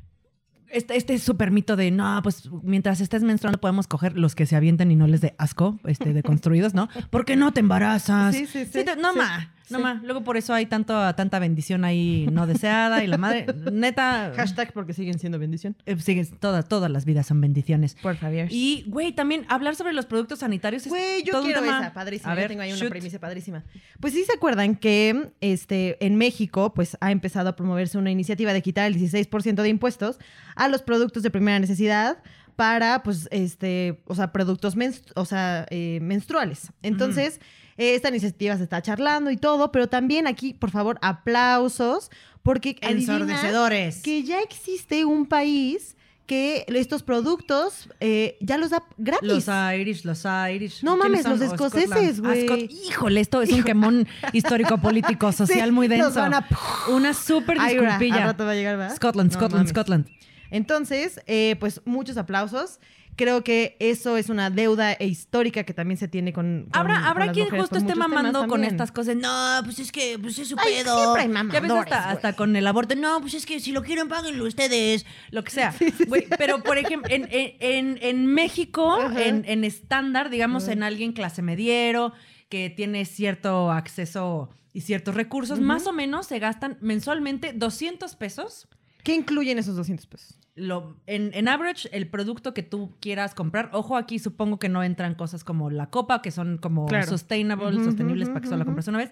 [SPEAKER 1] Este, este súper mito de, no, pues mientras estés menstruando podemos coger los que se avienten y no les dé asco, este, deconstruidos, ¿no? ¿Por qué no te embarazas?
[SPEAKER 2] Sí, sí, sí.
[SPEAKER 1] sí te, no,
[SPEAKER 2] sí,
[SPEAKER 1] ma, no,
[SPEAKER 2] sí.
[SPEAKER 1] ma. Luego por eso hay tanto, tanta bendición ahí no deseada y la madre, neta...
[SPEAKER 2] Hashtag porque siguen siendo bendición.
[SPEAKER 1] Eh, siguen, todas, todas las vidas son bendiciones.
[SPEAKER 2] Por favor.
[SPEAKER 1] Y, güey, también hablar sobre los productos sanitarios es
[SPEAKER 2] Güey, yo
[SPEAKER 1] todo un
[SPEAKER 2] quiero
[SPEAKER 1] tema.
[SPEAKER 2] esa, padrísima.
[SPEAKER 1] A
[SPEAKER 2] Yo
[SPEAKER 1] ver,
[SPEAKER 2] tengo ahí una
[SPEAKER 1] shoot.
[SPEAKER 2] premisa padrísima. Pues sí se acuerdan que este, en México pues ha empezado a promoverse una iniciativa de quitar el dieciséis por ciento de impuestos a los productos de primera necesidad para, pues, este, o sea, productos menstru- o sea, eh, menstruales. Entonces, mm. eh, esta iniciativa se está charlando y todo, pero también aquí, por favor, aplausos, porque adivina
[SPEAKER 1] Ensordecedores.
[SPEAKER 2] que ya existe un país que estos productos eh, ya los da gratis.
[SPEAKER 1] Los Irish, los Irish.
[SPEAKER 2] No
[SPEAKER 1] ¿Quiénes
[SPEAKER 2] mames,
[SPEAKER 1] son?
[SPEAKER 2] los
[SPEAKER 1] O
[SPEAKER 2] escoceses,
[SPEAKER 1] Scotland. Ah,
[SPEAKER 2] güey.
[SPEAKER 1] Scot- Híjole, esto es un quemón histórico, político, social
[SPEAKER 2] Sí,
[SPEAKER 1] muy denso.
[SPEAKER 2] nos van a-
[SPEAKER 1] Una súper
[SPEAKER 2] Ay, bra, al
[SPEAKER 1] disculpilla.
[SPEAKER 2] rato va a llegar, ¿verdad?
[SPEAKER 1] Scotland,
[SPEAKER 2] No
[SPEAKER 1] Scotland,
[SPEAKER 2] mames.
[SPEAKER 1] Scotland.
[SPEAKER 2] Entonces, eh, pues muchos aplausos. Creo que eso es una deuda e histórica que también se tiene con, con
[SPEAKER 1] Habrá,
[SPEAKER 2] con
[SPEAKER 1] habrá
[SPEAKER 2] las
[SPEAKER 1] quien
[SPEAKER 2] mujeres
[SPEAKER 1] justo
[SPEAKER 2] por
[SPEAKER 1] esté
[SPEAKER 2] muchos temas
[SPEAKER 1] mamando con
[SPEAKER 2] también.
[SPEAKER 1] estas cosas. No, pues es que pues es su
[SPEAKER 2] Ay,
[SPEAKER 1] pedo.
[SPEAKER 2] siempre hay
[SPEAKER 1] Ya ves,
[SPEAKER 2] mamadores,
[SPEAKER 1] hasta,
[SPEAKER 2] güey.
[SPEAKER 1] hasta con el aborto. No, pues es que si lo quieren, páguenlo ustedes. Lo que sea. Güey, pero, por ejemplo, en, en, en, en México,
[SPEAKER 2] Ajá.
[SPEAKER 1] en, en estándar, digamos,
[SPEAKER 2] Ajá.
[SPEAKER 1] en alguien clase mediero, que tiene cierto acceso y ciertos recursos,
[SPEAKER 2] Ujú.
[SPEAKER 1] más o menos se gastan mensualmente doscientos pesos.
[SPEAKER 2] ¿Qué incluyen esos doscientos pesos?
[SPEAKER 1] Lo, en, en average, el producto que tú quieras comprar, ojo, aquí supongo que no entran cosas como la copa, que son como
[SPEAKER 2] Claro.
[SPEAKER 1] sustainable,
[SPEAKER 2] Ujú,
[SPEAKER 1] sostenibles
[SPEAKER 2] ujú,
[SPEAKER 1] para que solo la
[SPEAKER 2] ujú.
[SPEAKER 1] compres una vez.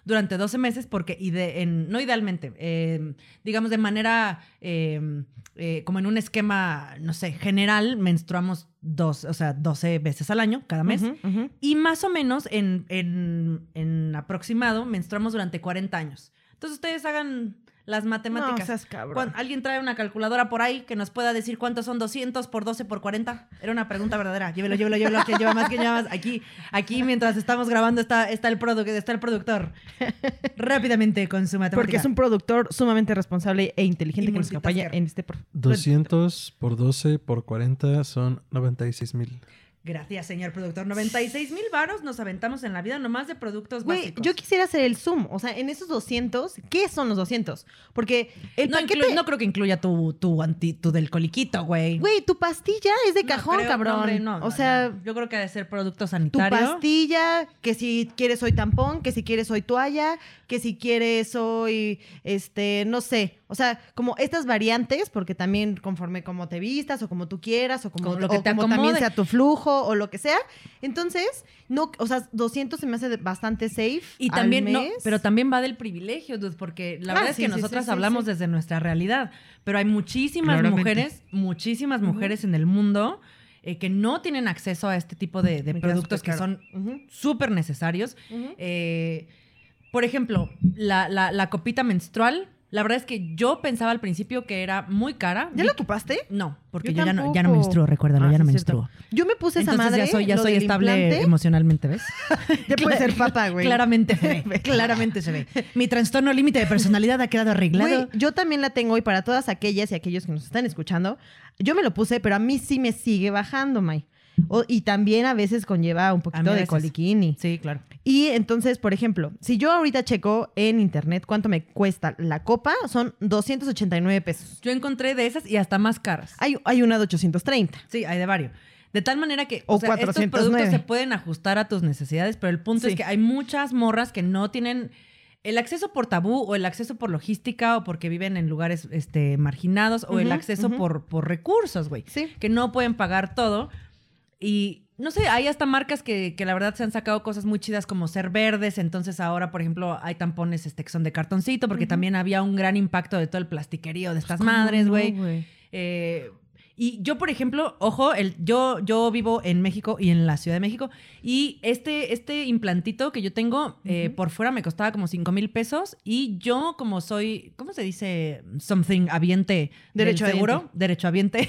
[SPEAKER 1] durante doce meses porque, ide- en, no idealmente, eh, digamos de manera, eh, eh, como en un esquema, no sé, general, menstruamos dos, o sea, doce veces al año, cada mes.
[SPEAKER 2] Ujú, ujú.
[SPEAKER 1] Y más o menos en, en, en aproximado menstruamos durante cuarenta años. Entonces ustedes hagan las matemáticas.
[SPEAKER 2] No seas cabrón.
[SPEAKER 1] Cuan- ¿Alguien trae una calculadora por ahí que nos pueda decir cuántos son doscientos por doce por cuarenta? Era una pregunta verdadera. Llévelo, llévelo, llévelo. ¿Quién lleva más? ¿Quién lleva más? Aquí, aquí mientras estamos grabando está, está, el, produ- está el productor. Rápidamente con su matemática.
[SPEAKER 2] Porque es un productor sumamente responsable e inteligente
[SPEAKER 1] Y
[SPEAKER 2] que nos acompaña
[SPEAKER 1] multitasker.
[SPEAKER 2] en este... pro-
[SPEAKER 3] doscientos por doce por cuarenta son noventa y seis mil.
[SPEAKER 1] Gracias, señor productor. noventa y seis mil varos nos aventamos en la vida nomás de productos
[SPEAKER 2] Güey,
[SPEAKER 1] básicos.
[SPEAKER 2] yo quisiera hacer el zoom. O sea, en esos doscientos, ¿qué son los doscientos? Porque el
[SPEAKER 1] no,
[SPEAKER 2] paquete...
[SPEAKER 1] inclu- no creo que incluya tu, tu, anti, tu del coliquito, güey.
[SPEAKER 2] Güey, tu pastilla es de
[SPEAKER 1] No
[SPEAKER 2] cajón,
[SPEAKER 1] creo,
[SPEAKER 2] cabrón.
[SPEAKER 1] no, hombre, no,
[SPEAKER 2] o
[SPEAKER 1] no,
[SPEAKER 2] sea,
[SPEAKER 1] no. Yo creo que ha de ser producto
[SPEAKER 2] tu
[SPEAKER 1] sanitario.
[SPEAKER 2] pastilla, que si quieres hoy tampón, que si quieres hoy toalla, que si quieres hoy, este, no sé. O sea, como estas variantes, porque también conforme como te vistas o como tú quieras o como,
[SPEAKER 1] Como lo que
[SPEAKER 2] o
[SPEAKER 1] te
[SPEAKER 2] como también
[SPEAKER 1] acomode.
[SPEAKER 2] sea tu flujo o lo que sea. Entonces, no, o sea, doscientos se me hace de- bastante safe.
[SPEAKER 1] Y
[SPEAKER 2] al
[SPEAKER 1] también, no,
[SPEAKER 2] mes.
[SPEAKER 1] pero también va del privilegio, dude, porque la
[SPEAKER 2] Ah,
[SPEAKER 1] verdad es
[SPEAKER 2] sí,
[SPEAKER 1] que
[SPEAKER 2] sí,
[SPEAKER 1] nosotras
[SPEAKER 2] sí, sí,
[SPEAKER 1] hablamos
[SPEAKER 2] sí.
[SPEAKER 1] desde nuestra realidad, pero hay muchísimas
[SPEAKER 2] Claramente.
[SPEAKER 1] mujeres, muchísimas mujeres en el mundo eh, que no tienen acceso a este tipo de, de
[SPEAKER 2] Me queda
[SPEAKER 1] productos
[SPEAKER 2] súper
[SPEAKER 1] que
[SPEAKER 2] claro.
[SPEAKER 1] son
[SPEAKER 2] Ujú.
[SPEAKER 1] súper necesarios.
[SPEAKER 2] Ujú.
[SPEAKER 1] Eh, por ejemplo, la, la- la copita menstrual, la verdad es que yo pensaba al principio que era muy cara.
[SPEAKER 2] ¿Ya
[SPEAKER 1] Vi-
[SPEAKER 2] lo ocupaste?
[SPEAKER 1] No, porque
[SPEAKER 2] Yo
[SPEAKER 1] yo, ya, no, ya no
[SPEAKER 2] tampoco.
[SPEAKER 1] menstruo, recuérdalo,
[SPEAKER 2] Ah,
[SPEAKER 1] ya no
[SPEAKER 2] sí, es cierto.
[SPEAKER 1] menstruo.
[SPEAKER 2] Yo me puse esa
[SPEAKER 1] Entonces
[SPEAKER 2] madre.
[SPEAKER 1] ya soy, ya
[SPEAKER 2] lo
[SPEAKER 1] soy
[SPEAKER 2] del
[SPEAKER 1] estable
[SPEAKER 2] implante.
[SPEAKER 1] emocionalmente, ¿ves?
[SPEAKER 2] Ya puede ser papa, güey.
[SPEAKER 1] Claramente se ve, claramente se ve. Mi trastorno límite de personalidad ha quedado arreglado.
[SPEAKER 2] Güey, yo también la tengo y para todas aquellas y aquellos que nos están escuchando, yo me lo puse, pero a mí sí me sigue bajando, May. O- y también a veces conlleva un
[SPEAKER 1] A
[SPEAKER 2] poquito
[SPEAKER 1] mí a
[SPEAKER 2] de
[SPEAKER 1] veces.
[SPEAKER 2] coliquini.
[SPEAKER 1] Sí, claro.
[SPEAKER 2] Y entonces, por ejemplo, si yo ahorita checo en internet cuánto me cuesta la copa, son doscientos ochenta y nueve pesos.
[SPEAKER 1] Yo encontré de esas y hasta más caras.
[SPEAKER 2] Hay, hay una de ochocientos treinta.
[SPEAKER 1] Sí, hay de varios. De tal manera que
[SPEAKER 2] O
[SPEAKER 1] o sea, estos
[SPEAKER 2] cuatrocientos nueve.
[SPEAKER 1] productos se pueden ajustar a tus necesidades, pero el punto
[SPEAKER 2] Sí.
[SPEAKER 1] es que hay muchas morras que no tienen el acceso por tabú o el acceso por logística o porque viven en lugares este, marginados o el
[SPEAKER 2] Ujú,
[SPEAKER 1] acceso
[SPEAKER 2] ujú.
[SPEAKER 1] por, por recursos, güey.
[SPEAKER 2] Sí.
[SPEAKER 1] Que no pueden pagar todo. Y no sé, hay hasta marcas que, que la verdad se han sacado cosas muy chidas como ser verdes. Entonces ahora, por ejemplo, hay tampones este, que son de cartoncito porque también había un gran impacto de todo el plastiquerío de estas madres,
[SPEAKER 2] no,
[SPEAKER 1] güey.
[SPEAKER 2] güey?
[SPEAKER 1] Eh, y yo, por ejemplo, ojo, el, yo, yo vivo en México y en la Ciudad de México. Y este, este implantito que yo tengo, eh, por fuera me costaba como cinco mil pesos. Y yo, como soy, ¿cómo se dice? Something habiente.
[SPEAKER 2] Derecho
[SPEAKER 1] del seguro.
[SPEAKER 2] habiente.
[SPEAKER 1] Derecho habiente.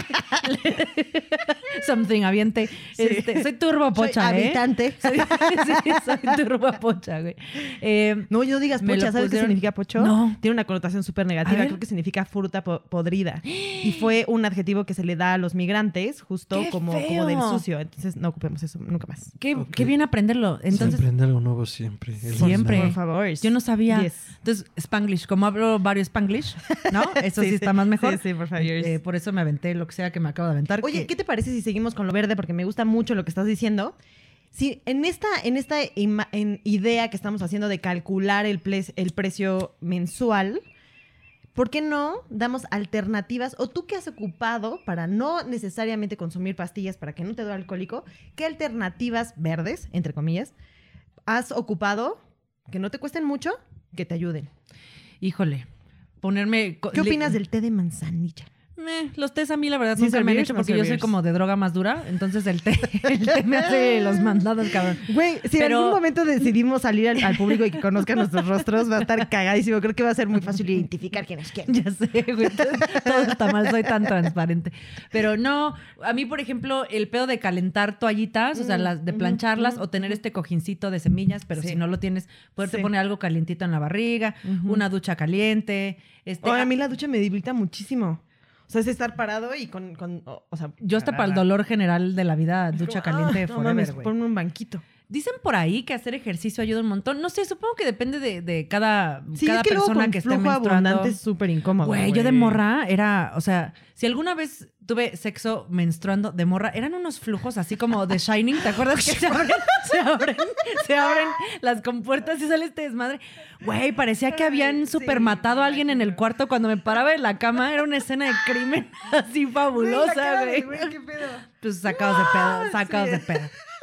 [SPEAKER 1] Something habiente. Este, soy turbo pocha,
[SPEAKER 2] Soy
[SPEAKER 1] ¿eh?
[SPEAKER 2] habitante.
[SPEAKER 1] Soy, sí, soy turbo pocha, güey. Eh,
[SPEAKER 2] No, yo digas
[SPEAKER 1] Me lo
[SPEAKER 2] pocha. ¿Sabes qué
[SPEAKER 1] pusieron-
[SPEAKER 2] significa pocho?
[SPEAKER 1] No.
[SPEAKER 2] Tiene una connotación súper
[SPEAKER 1] A
[SPEAKER 2] negativa.
[SPEAKER 1] ver.
[SPEAKER 2] Creo que significa fruta po- podrida. Y fue un adjetivo que se le da a los migrantes, justo
[SPEAKER 1] ¡Qué
[SPEAKER 2] como, como
[SPEAKER 1] feo!
[SPEAKER 2] del sucio. Entonces no ocupemos eso nunca más.
[SPEAKER 1] qué,
[SPEAKER 3] Ok.
[SPEAKER 1] qué bien aprenderlo. Entonces,
[SPEAKER 3] Se aprende algo nuevo siempre. Es
[SPEAKER 1] Siempre.
[SPEAKER 3] original.
[SPEAKER 2] Por favor.
[SPEAKER 1] yo no sabía.
[SPEAKER 2] Yes.
[SPEAKER 1] Entonces, Spanglish, como hablo varios Spanglish, ¿no? Eso sí,
[SPEAKER 2] Sí,
[SPEAKER 1] está
[SPEAKER 2] sí.
[SPEAKER 1] más mejor.
[SPEAKER 2] Sí, sí, por favor.
[SPEAKER 1] Eh, por eso me aventé lo que sea que me acabo de aventar.
[SPEAKER 2] Oye,
[SPEAKER 1] que-
[SPEAKER 2] ¿qué te parece si seguimos con lo verde? Porque me gusta mucho lo que estás diciendo. Si en esta, en esta ima- en idea que estamos haciendo de calcular el, ple- el precio mensual, ¿por qué no damos alternativas? O tú que has ocupado para no necesariamente consumir pastillas para que no te duele alcohólico, ¿qué alternativas verdes, entre comillas, has ocupado que no te cuesten mucho, que te ayuden?
[SPEAKER 1] Híjole, ponerme... co-
[SPEAKER 2] ¿Qué
[SPEAKER 1] le-
[SPEAKER 2] opinas del té de manzanilla?
[SPEAKER 1] Meh, los tés a mí la verdad
[SPEAKER 2] Sí
[SPEAKER 1] nunca me han
[SPEAKER 2] servirs
[SPEAKER 1] hecho
[SPEAKER 2] o no
[SPEAKER 1] porque yo soy
[SPEAKER 2] servirs?
[SPEAKER 1] como de droga más dura, entonces el té, el té me hace los mandados, cabrón.
[SPEAKER 2] Güey, si en
[SPEAKER 1] Pero-
[SPEAKER 2] algún momento decidimos salir al, al público y que conozcan nuestros rostros, va a estar cagadísimo. Creo que va a ser muy fácil identificar quién es quién.
[SPEAKER 1] Ya sé, güey. Todo está mal, soy tan transparente. Pero no, a mí, por ejemplo, el pedo de calentar toallitas, o sea,
[SPEAKER 2] Mm,
[SPEAKER 1] las de
[SPEAKER 2] ujú,
[SPEAKER 1] plancharlas
[SPEAKER 2] ujú,
[SPEAKER 1] o tener
[SPEAKER 2] ujú.
[SPEAKER 1] este cojincito de semillas, pero
[SPEAKER 2] Sí.
[SPEAKER 1] si no lo tienes, poderte
[SPEAKER 2] Sí.
[SPEAKER 1] poner algo calientito en la barriga,
[SPEAKER 2] Ujú.
[SPEAKER 1] una ducha caliente. Este,
[SPEAKER 2] Oye, a mí la ducha me debilita muchísimo. O sea, es estar parado y con... con o, o sea,
[SPEAKER 1] yo hasta para el dolor general de la vida, ducha caliente
[SPEAKER 2] Ah, no
[SPEAKER 1] forever,
[SPEAKER 2] mames,
[SPEAKER 1] güey.
[SPEAKER 2] ponme un banquito.
[SPEAKER 1] Dicen por ahí que hacer ejercicio ayuda un montón. No sé, supongo que depende de, de cada,
[SPEAKER 2] Sí,
[SPEAKER 1] cada
[SPEAKER 2] es que luego
[SPEAKER 1] persona
[SPEAKER 2] con
[SPEAKER 1] que esté
[SPEAKER 2] flujo
[SPEAKER 1] menstruando.
[SPEAKER 2] abundante es súper incómodo.
[SPEAKER 1] Güey, yo de morra era, o sea, si alguna vez tuve sexo menstruando de morra, eran unos flujos así como de Shining, ¿te acuerdas que se abren, se abren, se abren las compuertas y sale este desmadre? Güey, parecía que habían super matado a alguien en el cuarto cuando me paraba de la cama, era una escena de crimen así fabulosa, güey.
[SPEAKER 2] ¿Qué pedo?
[SPEAKER 1] Pues sacados de pedo, sacados
[SPEAKER 2] sí.
[SPEAKER 1] de pedo.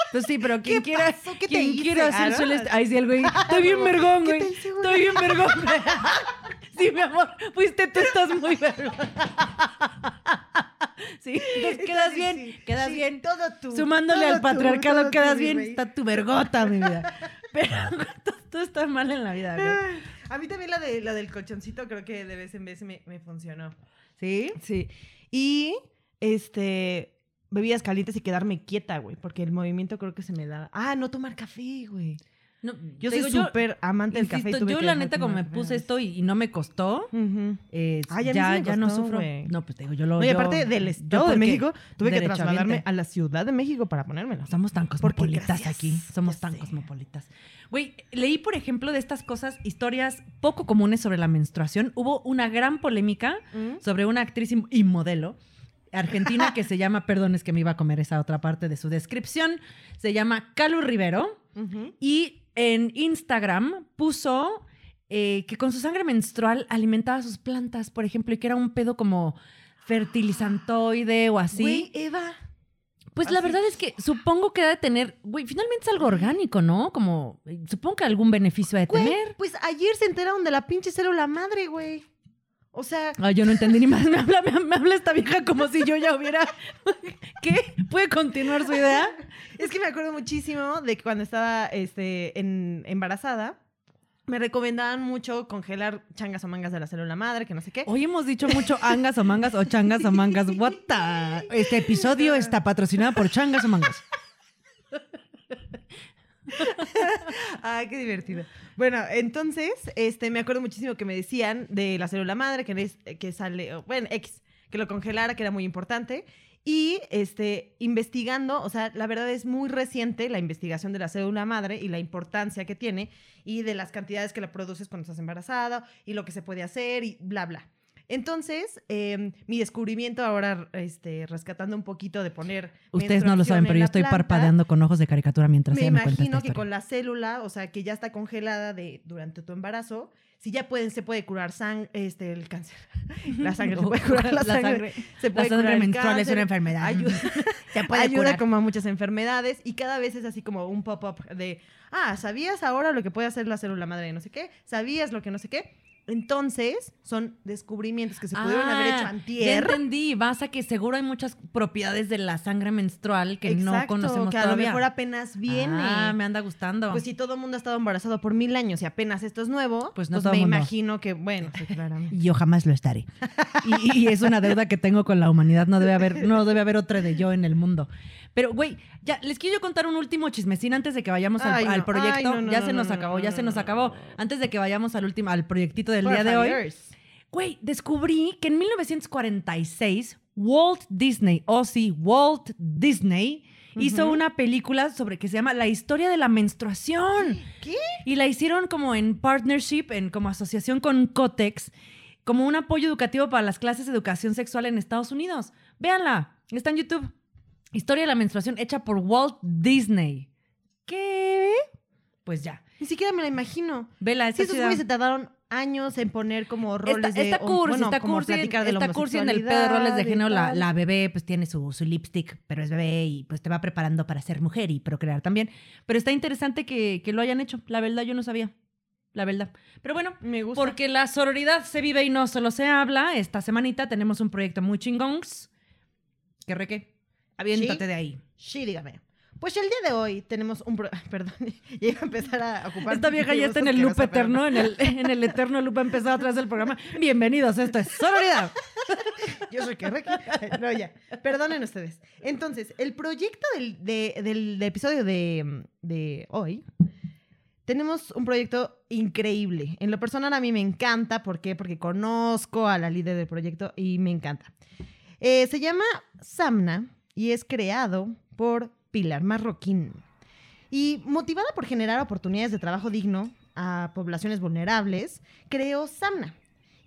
[SPEAKER 1] Pues sí, pero quien
[SPEAKER 2] ¿Qué
[SPEAKER 1] quiera,
[SPEAKER 2] pasó? ¿Qué te
[SPEAKER 1] quien
[SPEAKER 2] hice?
[SPEAKER 1] quiera hacer
[SPEAKER 2] Ah, ¿no?
[SPEAKER 1] su list- Ay, sí, el güey. Estoy bien
[SPEAKER 2] huevo.
[SPEAKER 1] vergón,
[SPEAKER 2] ¿Qué
[SPEAKER 1] güey.
[SPEAKER 2] te hice, güey?
[SPEAKER 1] Estoy bien vergón. Sí, mi amor. Fuiste tú, estás muy vergón. Sí, entonces quedas
[SPEAKER 2] Sí,
[SPEAKER 1] bien,
[SPEAKER 2] sí,
[SPEAKER 1] quedas
[SPEAKER 2] sí,
[SPEAKER 1] bien.
[SPEAKER 2] todo tú.
[SPEAKER 1] Sumándole
[SPEAKER 2] todo
[SPEAKER 1] al
[SPEAKER 2] tú,
[SPEAKER 1] patriarcado,
[SPEAKER 2] todo
[SPEAKER 1] quedas
[SPEAKER 2] tú, mi
[SPEAKER 1] bien.
[SPEAKER 2] rey.
[SPEAKER 1] Está tu vergota, mi vida. Pero todo, todo está mal en la vida, güey.
[SPEAKER 2] A mí también la, de, la del colchoncito creo que de vez en vez me, me funcionó.
[SPEAKER 1] ¿Sí?
[SPEAKER 2] Sí. Y, este, bebidas calientes y quedarme quieta, güey, porque el movimiento creo que se me da. Ah, no tomar café, güey.
[SPEAKER 1] No,
[SPEAKER 2] Yo
[SPEAKER 1] te
[SPEAKER 2] soy
[SPEAKER 1] digo,
[SPEAKER 2] súper amante del café. y
[SPEAKER 1] insisto,
[SPEAKER 2] tuve
[SPEAKER 1] yo
[SPEAKER 2] que
[SPEAKER 1] la
[SPEAKER 2] dejar de
[SPEAKER 1] neta, como
[SPEAKER 2] tomar
[SPEAKER 1] me
[SPEAKER 2] café
[SPEAKER 1] puse
[SPEAKER 2] una
[SPEAKER 1] esto y, y no me costó,
[SPEAKER 2] vez. Ujú.
[SPEAKER 1] eh,
[SPEAKER 2] Ay, a mí
[SPEAKER 1] ya,
[SPEAKER 2] sí me
[SPEAKER 1] ya no
[SPEAKER 2] costó,
[SPEAKER 1] sufro.
[SPEAKER 2] güey.
[SPEAKER 1] No, pues te digo, yo lo
[SPEAKER 2] No, y
[SPEAKER 1] yo-
[SPEAKER 2] aparte del
[SPEAKER 1] yo
[SPEAKER 2] Estado de
[SPEAKER 1] porque
[SPEAKER 2] México, tuve que
[SPEAKER 1] derechohabiente.
[SPEAKER 2] trasladarme a la Ciudad de México para ponérmelo.
[SPEAKER 1] Somos tan
[SPEAKER 2] Porque
[SPEAKER 1] cosmopolitas
[SPEAKER 2] gracias,
[SPEAKER 1] aquí. Somos
[SPEAKER 2] ya
[SPEAKER 1] tan
[SPEAKER 2] sé.
[SPEAKER 1] cosmopolitas. Güey, leí, por ejemplo, de estas cosas, historias poco comunes sobre la menstruación. Hubo una gran polémica
[SPEAKER 2] ¿Mm?
[SPEAKER 1] sobre una actriz y- y modelo argentina que se llama, perdón, es que me iba a comer esa otra parte de su descripción, se llama Calu Rivero
[SPEAKER 2] Ujú.
[SPEAKER 1] y en Instagram puso eh, que con su sangre menstrual alimentaba sus plantas, por ejemplo, y que era un pedo como fertilizantoide o así.
[SPEAKER 2] Güey, Eva.
[SPEAKER 1] Pues la
[SPEAKER 2] Así.
[SPEAKER 1] verdad es que supongo que ha de tener, güey, finalmente es algo orgánico, ¿no? Como, eh, supongo que algún beneficio ha de
[SPEAKER 2] Güey,
[SPEAKER 1] tener.
[SPEAKER 2] pues ayer se enteraron de la pinche célula madre, güey. O sea,
[SPEAKER 1] Ay, yo no entendí ni más. Me habla, me, me habla esta vieja como si yo ya hubiera... ¿Qué? ¿Puede continuar su idea?
[SPEAKER 2] es que me acuerdo muchísimo de que cuando estaba este, en, embarazada, me recomendaban mucho congelar changas o mangas de la célula madre, que no sé qué.
[SPEAKER 1] Hoy hemos dicho mucho angas o mangas o changas o mangas. What the... Este episodio está patrocinado por changas o mangas.
[SPEAKER 2] Ay, qué divertido. Bueno, entonces, este, me acuerdo muchísimo que me decían de la célula madre, que, es- que sale, bueno, X, que lo congelara, que era muy importante. Y este, investigando, o sea, la verdad es muy reciente la investigación de la célula madre y la importancia que tiene y de las cantidades que la produces cuando estás embarazada y lo que se puede hacer y bla, bla. Entonces, eh, mi descubrimiento ahora, este, rescatando un poquito de poner.
[SPEAKER 1] Ustedes no lo saben,
[SPEAKER 2] menstruación
[SPEAKER 1] pero
[SPEAKER 2] en
[SPEAKER 1] yo
[SPEAKER 2] la
[SPEAKER 1] estoy
[SPEAKER 2] planta,
[SPEAKER 1] parpadeando con ojos de caricatura mientras
[SPEAKER 2] me
[SPEAKER 1] ella me cuenta esta
[SPEAKER 2] imagino que
[SPEAKER 1] historia.
[SPEAKER 2] con la célula, o sea, que ya está congelada de, durante tu embarazo, si ya pueden, se puede curar sang este, el cáncer. La sangre se puede curar la, sangre. Se
[SPEAKER 1] La
[SPEAKER 2] puede
[SPEAKER 1] sangre
[SPEAKER 2] curar el
[SPEAKER 1] menstrual es
[SPEAKER 2] cáncer,
[SPEAKER 1] una enfermedad.
[SPEAKER 2] Ayuda,
[SPEAKER 1] Se puede
[SPEAKER 2] ayuda
[SPEAKER 1] curar.
[SPEAKER 2] como a muchas enfermedades y cada vez es así como un pop-up de, ah, ¿sabías ahora lo que puede hacer la célula madre de no sé qué? ¿Sabías lo que no sé qué? Entonces, son descubrimientos que se pudieron
[SPEAKER 1] Ah,
[SPEAKER 2] haber hecho
[SPEAKER 1] Ya
[SPEAKER 2] antier.
[SPEAKER 1] entendí. Vas a que seguro hay muchas propiedades de la sangre menstrual que no
[SPEAKER 2] Exacto,
[SPEAKER 1] conocemos
[SPEAKER 2] que a
[SPEAKER 1] todavía.
[SPEAKER 2] lo mejor apenas viene.
[SPEAKER 1] Ah, me anda gustando.
[SPEAKER 2] Pues si todo el mundo ha estado embarazado por mil años y apenas esto es nuevo,
[SPEAKER 1] Pues
[SPEAKER 2] pues,
[SPEAKER 1] no todo
[SPEAKER 2] me
[SPEAKER 1] mundo.
[SPEAKER 2] imagino que, bueno, sí, claramente.
[SPEAKER 1] Y yo jamás lo estaré. Y, y es una deuda que tengo con la humanidad. No debe haber, no debe haber otra de yo en el mundo. Pero, güey, ya les quiero contar un último chismecín antes de que vayamos al,
[SPEAKER 2] Ay, no.
[SPEAKER 1] al proyecto.
[SPEAKER 2] Ay, no, no,
[SPEAKER 1] ya
[SPEAKER 2] no,
[SPEAKER 1] se
[SPEAKER 2] no,
[SPEAKER 1] nos
[SPEAKER 2] no,
[SPEAKER 1] acabó,
[SPEAKER 2] no,
[SPEAKER 1] ya
[SPEAKER 2] no,
[SPEAKER 1] se nos
[SPEAKER 2] no,
[SPEAKER 1] acabó.
[SPEAKER 2] no.
[SPEAKER 1] Antes de que vayamos al último, al proyectito del
[SPEAKER 2] Por
[SPEAKER 1] día de hoy.
[SPEAKER 2] favors.
[SPEAKER 1] Güey, descubrí que en mil novecientos cuarenta y seis Walt Disney, o sí, Walt Disney, hizo
[SPEAKER 2] Ujú.
[SPEAKER 1] una película sobre que se llama La historia de la menstruación.
[SPEAKER 2] ¿Qué?
[SPEAKER 1] Y la hicieron como en partnership, en como asociación con Cotex, como un apoyo educativo para las clases de educación sexual en Estados Unidos. Véanla, está en YouTube. Historia de la menstruación hecha por Walt Disney. ¿Qué? Pues ya.
[SPEAKER 2] Ni siquiera me la imagino.
[SPEAKER 1] Vela,
[SPEAKER 2] Sí,
[SPEAKER 1] está
[SPEAKER 2] esos
[SPEAKER 1] chida.
[SPEAKER 2] güeyes se tardaron años en poner como roles
[SPEAKER 1] Está,
[SPEAKER 2] de...
[SPEAKER 1] está
[SPEAKER 2] o-
[SPEAKER 1] cursi,
[SPEAKER 2] bueno,
[SPEAKER 1] está
[SPEAKER 2] como
[SPEAKER 1] cursi,
[SPEAKER 2] platicar de la
[SPEAKER 1] está cursi en el pedo de roles de
[SPEAKER 2] homosexualidad y
[SPEAKER 1] género. La,
[SPEAKER 2] tal.
[SPEAKER 1] la bebé pues tiene su, su lipstick, pero es bebé y pues te va preparando para ser mujer y procrear también. Pero está interesante que, que lo hayan hecho. La verdad yo no sabía. La verdad. Pero bueno,
[SPEAKER 2] Me gusta.
[SPEAKER 1] porque la sororidad se vive y no solo se habla, esta semanita tenemos un proyecto muy chingons. ¿Qué reque? Aviéntate
[SPEAKER 2] ¿Sí?
[SPEAKER 1] de ahí.
[SPEAKER 2] Sí, dígame. Pues el día de hoy tenemos un... pro- Perdón, ya iba a empezar a ocupar...
[SPEAKER 1] Esta vieja ya está en el loop eterno, en el, en el eterno loop empezado atrás del programa. Bienvenidos, esto es Sororidad.
[SPEAKER 2] Yo soy que No, ya. Perdonen ustedes. Entonces, el proyecto del, de- del- del episodio de, de hoy, tenemos un proyecto increíble. En lo personal a mí me encanta. ¿Por qué? Porque conozco a la líder del proyecto y me encanta. Eh, se llama Samna y es creado por Pilar Marroquín. Y motivada por generar oportunidades de trabajo digno a poblaciones vulnerables, creó Samna.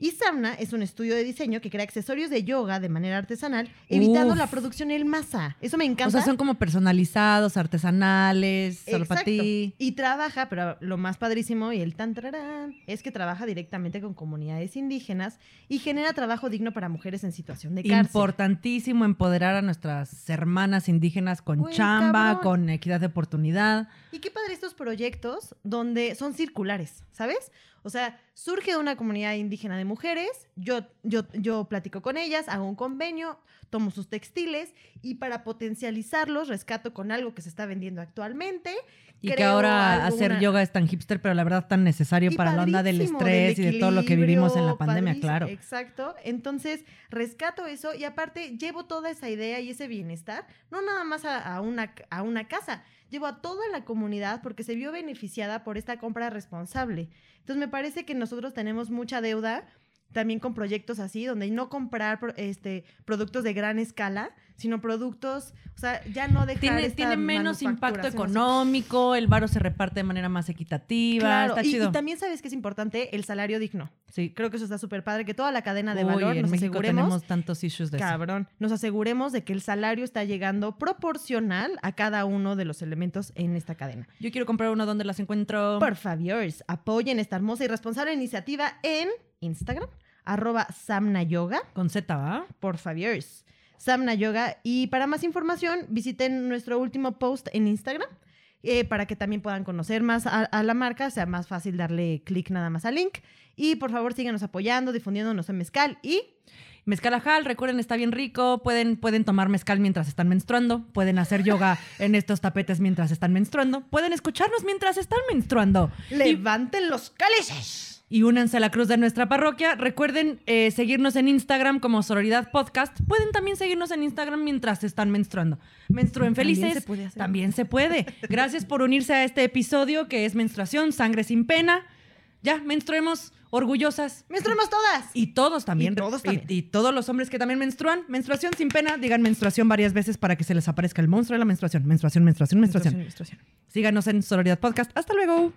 [SPEAKER 2] Y Samna es un estudio de diseño que crea accesorios de yoga de manera artesanal, evitando
[SPEAKER 1] Uf.
[SPEAKER 2] la producción en masa. Eso me encanta.
[SPEAKER 1] O sea, son como personalizados, artesanales, solo para
[SPEAKER 2] Exacto.
[SPEAKER 1] ti.
[SPEAKER 2] Y trabaja, pero lo más padrísimo y el tan tararán, es que trabaja directamente con comunidades indígenas y genera trabajo digno para mujeres en situación de cárcel.
[SPEAKER 1] Importantísimo empoderar a nuestras hermanas indígenas con
[SPEAKER 2] Güey,
[SPEAKER 1] chamba,
[SPEAKER 2] cabrón.
[SPEAKER 1] con equidad de oportunidad.
[SPEAKER 2] Y qué padre estos proyectos donde son circulares, ¿sabes? O sea, surge de una comunidad indígena de mujeres, yo, yo, yo platico con ellas, hago un convenio, tomo sus textiles y para potencializarlos rescato con algo que se está vendiendo actualmente.
[SPEAKER 1] Y que
[SPEAKER 2] creo
[SPEAKER 1] ahora
[SPEAKER 2] algo,
[SPEAKER 1] hacer
[SPEAKER 2] una-
[SPEAKER 1] yoga es tan hipster, pero la verdad tan necesario
[SPEAKER 2] Y
[SPEAKER 1] para la onda del
[SPEAKER 2] padrísimo,
[SPEAKER 1] estrés
[SPEAKER 2] del
[SPEAKER 1] y de todo lo que vivimos en la
[SPEAKER 2] equilibrio,
[SPEAKER 1] pandemia,
[SPEAKER 2] padrísimo.
[SPEAKER 1] claro.
[SPEAKER 2] Exacto. Entonces, rescato eso y aparte llevo toda esa idea y ese bienestar, no nada más a, a una, a una casa, llevo a toda la comunidad porque se vio beneficiada por esta compra responsable. Entonces, me parece que nosotros tenemos mucha deuda también con proyectos así, donde no comprar pro- este, productos de gran escala, sino productos, o sea, ya no dejar
[SPEAKER 1] Tiene,
[SPEAKER 2] esta
[SPEAKER 1] tiene menos impacto
[SPEAKER 2] manufacturación así.
[SPEAKER 1] económico, el varo se reparte de manera más equitativa,
[SPEAKER 2] Claro,
[SPEAKER 1] está
[SPEAKER 2] y,
[SPEAKER 1] chido.
[SPEAKER 2] y también sabes que es importante el salario digno.
[SPEAKER 1] Sí.
[SPEAKER 2] Creo que eso está súper padre, que toda la cadena de
[SPEAKER 1] Uy,
[SPEAKER 2] valor
[SPEAKER 1] en
[SPEAKER 2] nos
[SPEAKER 1] México
[SPEAKER 2] aseguremos,
[SPEAKER 1] tenemos tantos issues de eso.
[SPEAKER 2] cabrón, nos aseguremos de que el salario está llegando proporcional a cada uno de los elementos en esta cadena.
[SPEAKER 1] Yo quiero comprar uno donde las encuentro.
[SPEAKER 2] Por favor, apoyen esta hermosa y responsable iniciativa en Instagram, arroba Samna Yoga,
[SPEAKER 1] Con Z, ¿va?
[SPEAKER 2] por favor, Samna Yoga. Y para más información, visiten nuestro último post en Instagram, eh, para que también puedan conocer más a, a la marca, sea más fácil darle clic nada más al link. Y por favor, síganos apoyando, difundiéndonos en mezcal y...
[SPEAKER 1] Mezcal Ajal, recuerden, está bien rico. Pueden, pueden tomar mezcal mientras están menstruando. Pueden hacer yoga en estos tapetes mientras están menstruando. Pueden escucharnos mientras están menstruando. Y,
[SPEAKER 2] ¡Levanten los cálices!
[SPEAKER 1] y únanse a la cruz de nuestra parroquia. Recuerden eh, seguirnos en Instagram como Sororidad Podcast. Pueden también seguirnos en Instagram mientras están menstruando. Menstruen
[SPEAKER 2] También
[SPEAKER 1] felices.
[SPEAKER 2] se puede hacer.
[SPEAKER 1] También se puede. Gracias por unirse a este episodio que es Menstruación, Sangre sin Pena. Ya, menstruemos orgullosas.
[SPEAKER 2] ¡Menstruemos todas!
[SPEAKER 1] Y todos también.
[SPEAKER 2] Y todos también.
[SPEAKER 1] Y, y todos los hombres que también menstruan. Menstruación sin pena. Digan menstruación varias veces para que se les aparezca el monstruo de la menstruación. Menstruación, menstruación, menstruación.
[SPEAKER 2] menstruación.
[SPEAKER 1] Síganos en Sororidad Podcast. Hasta luego.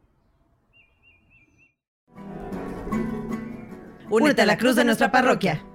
[SPEAKER 2] Únete a la cruz de nuestra parroquia.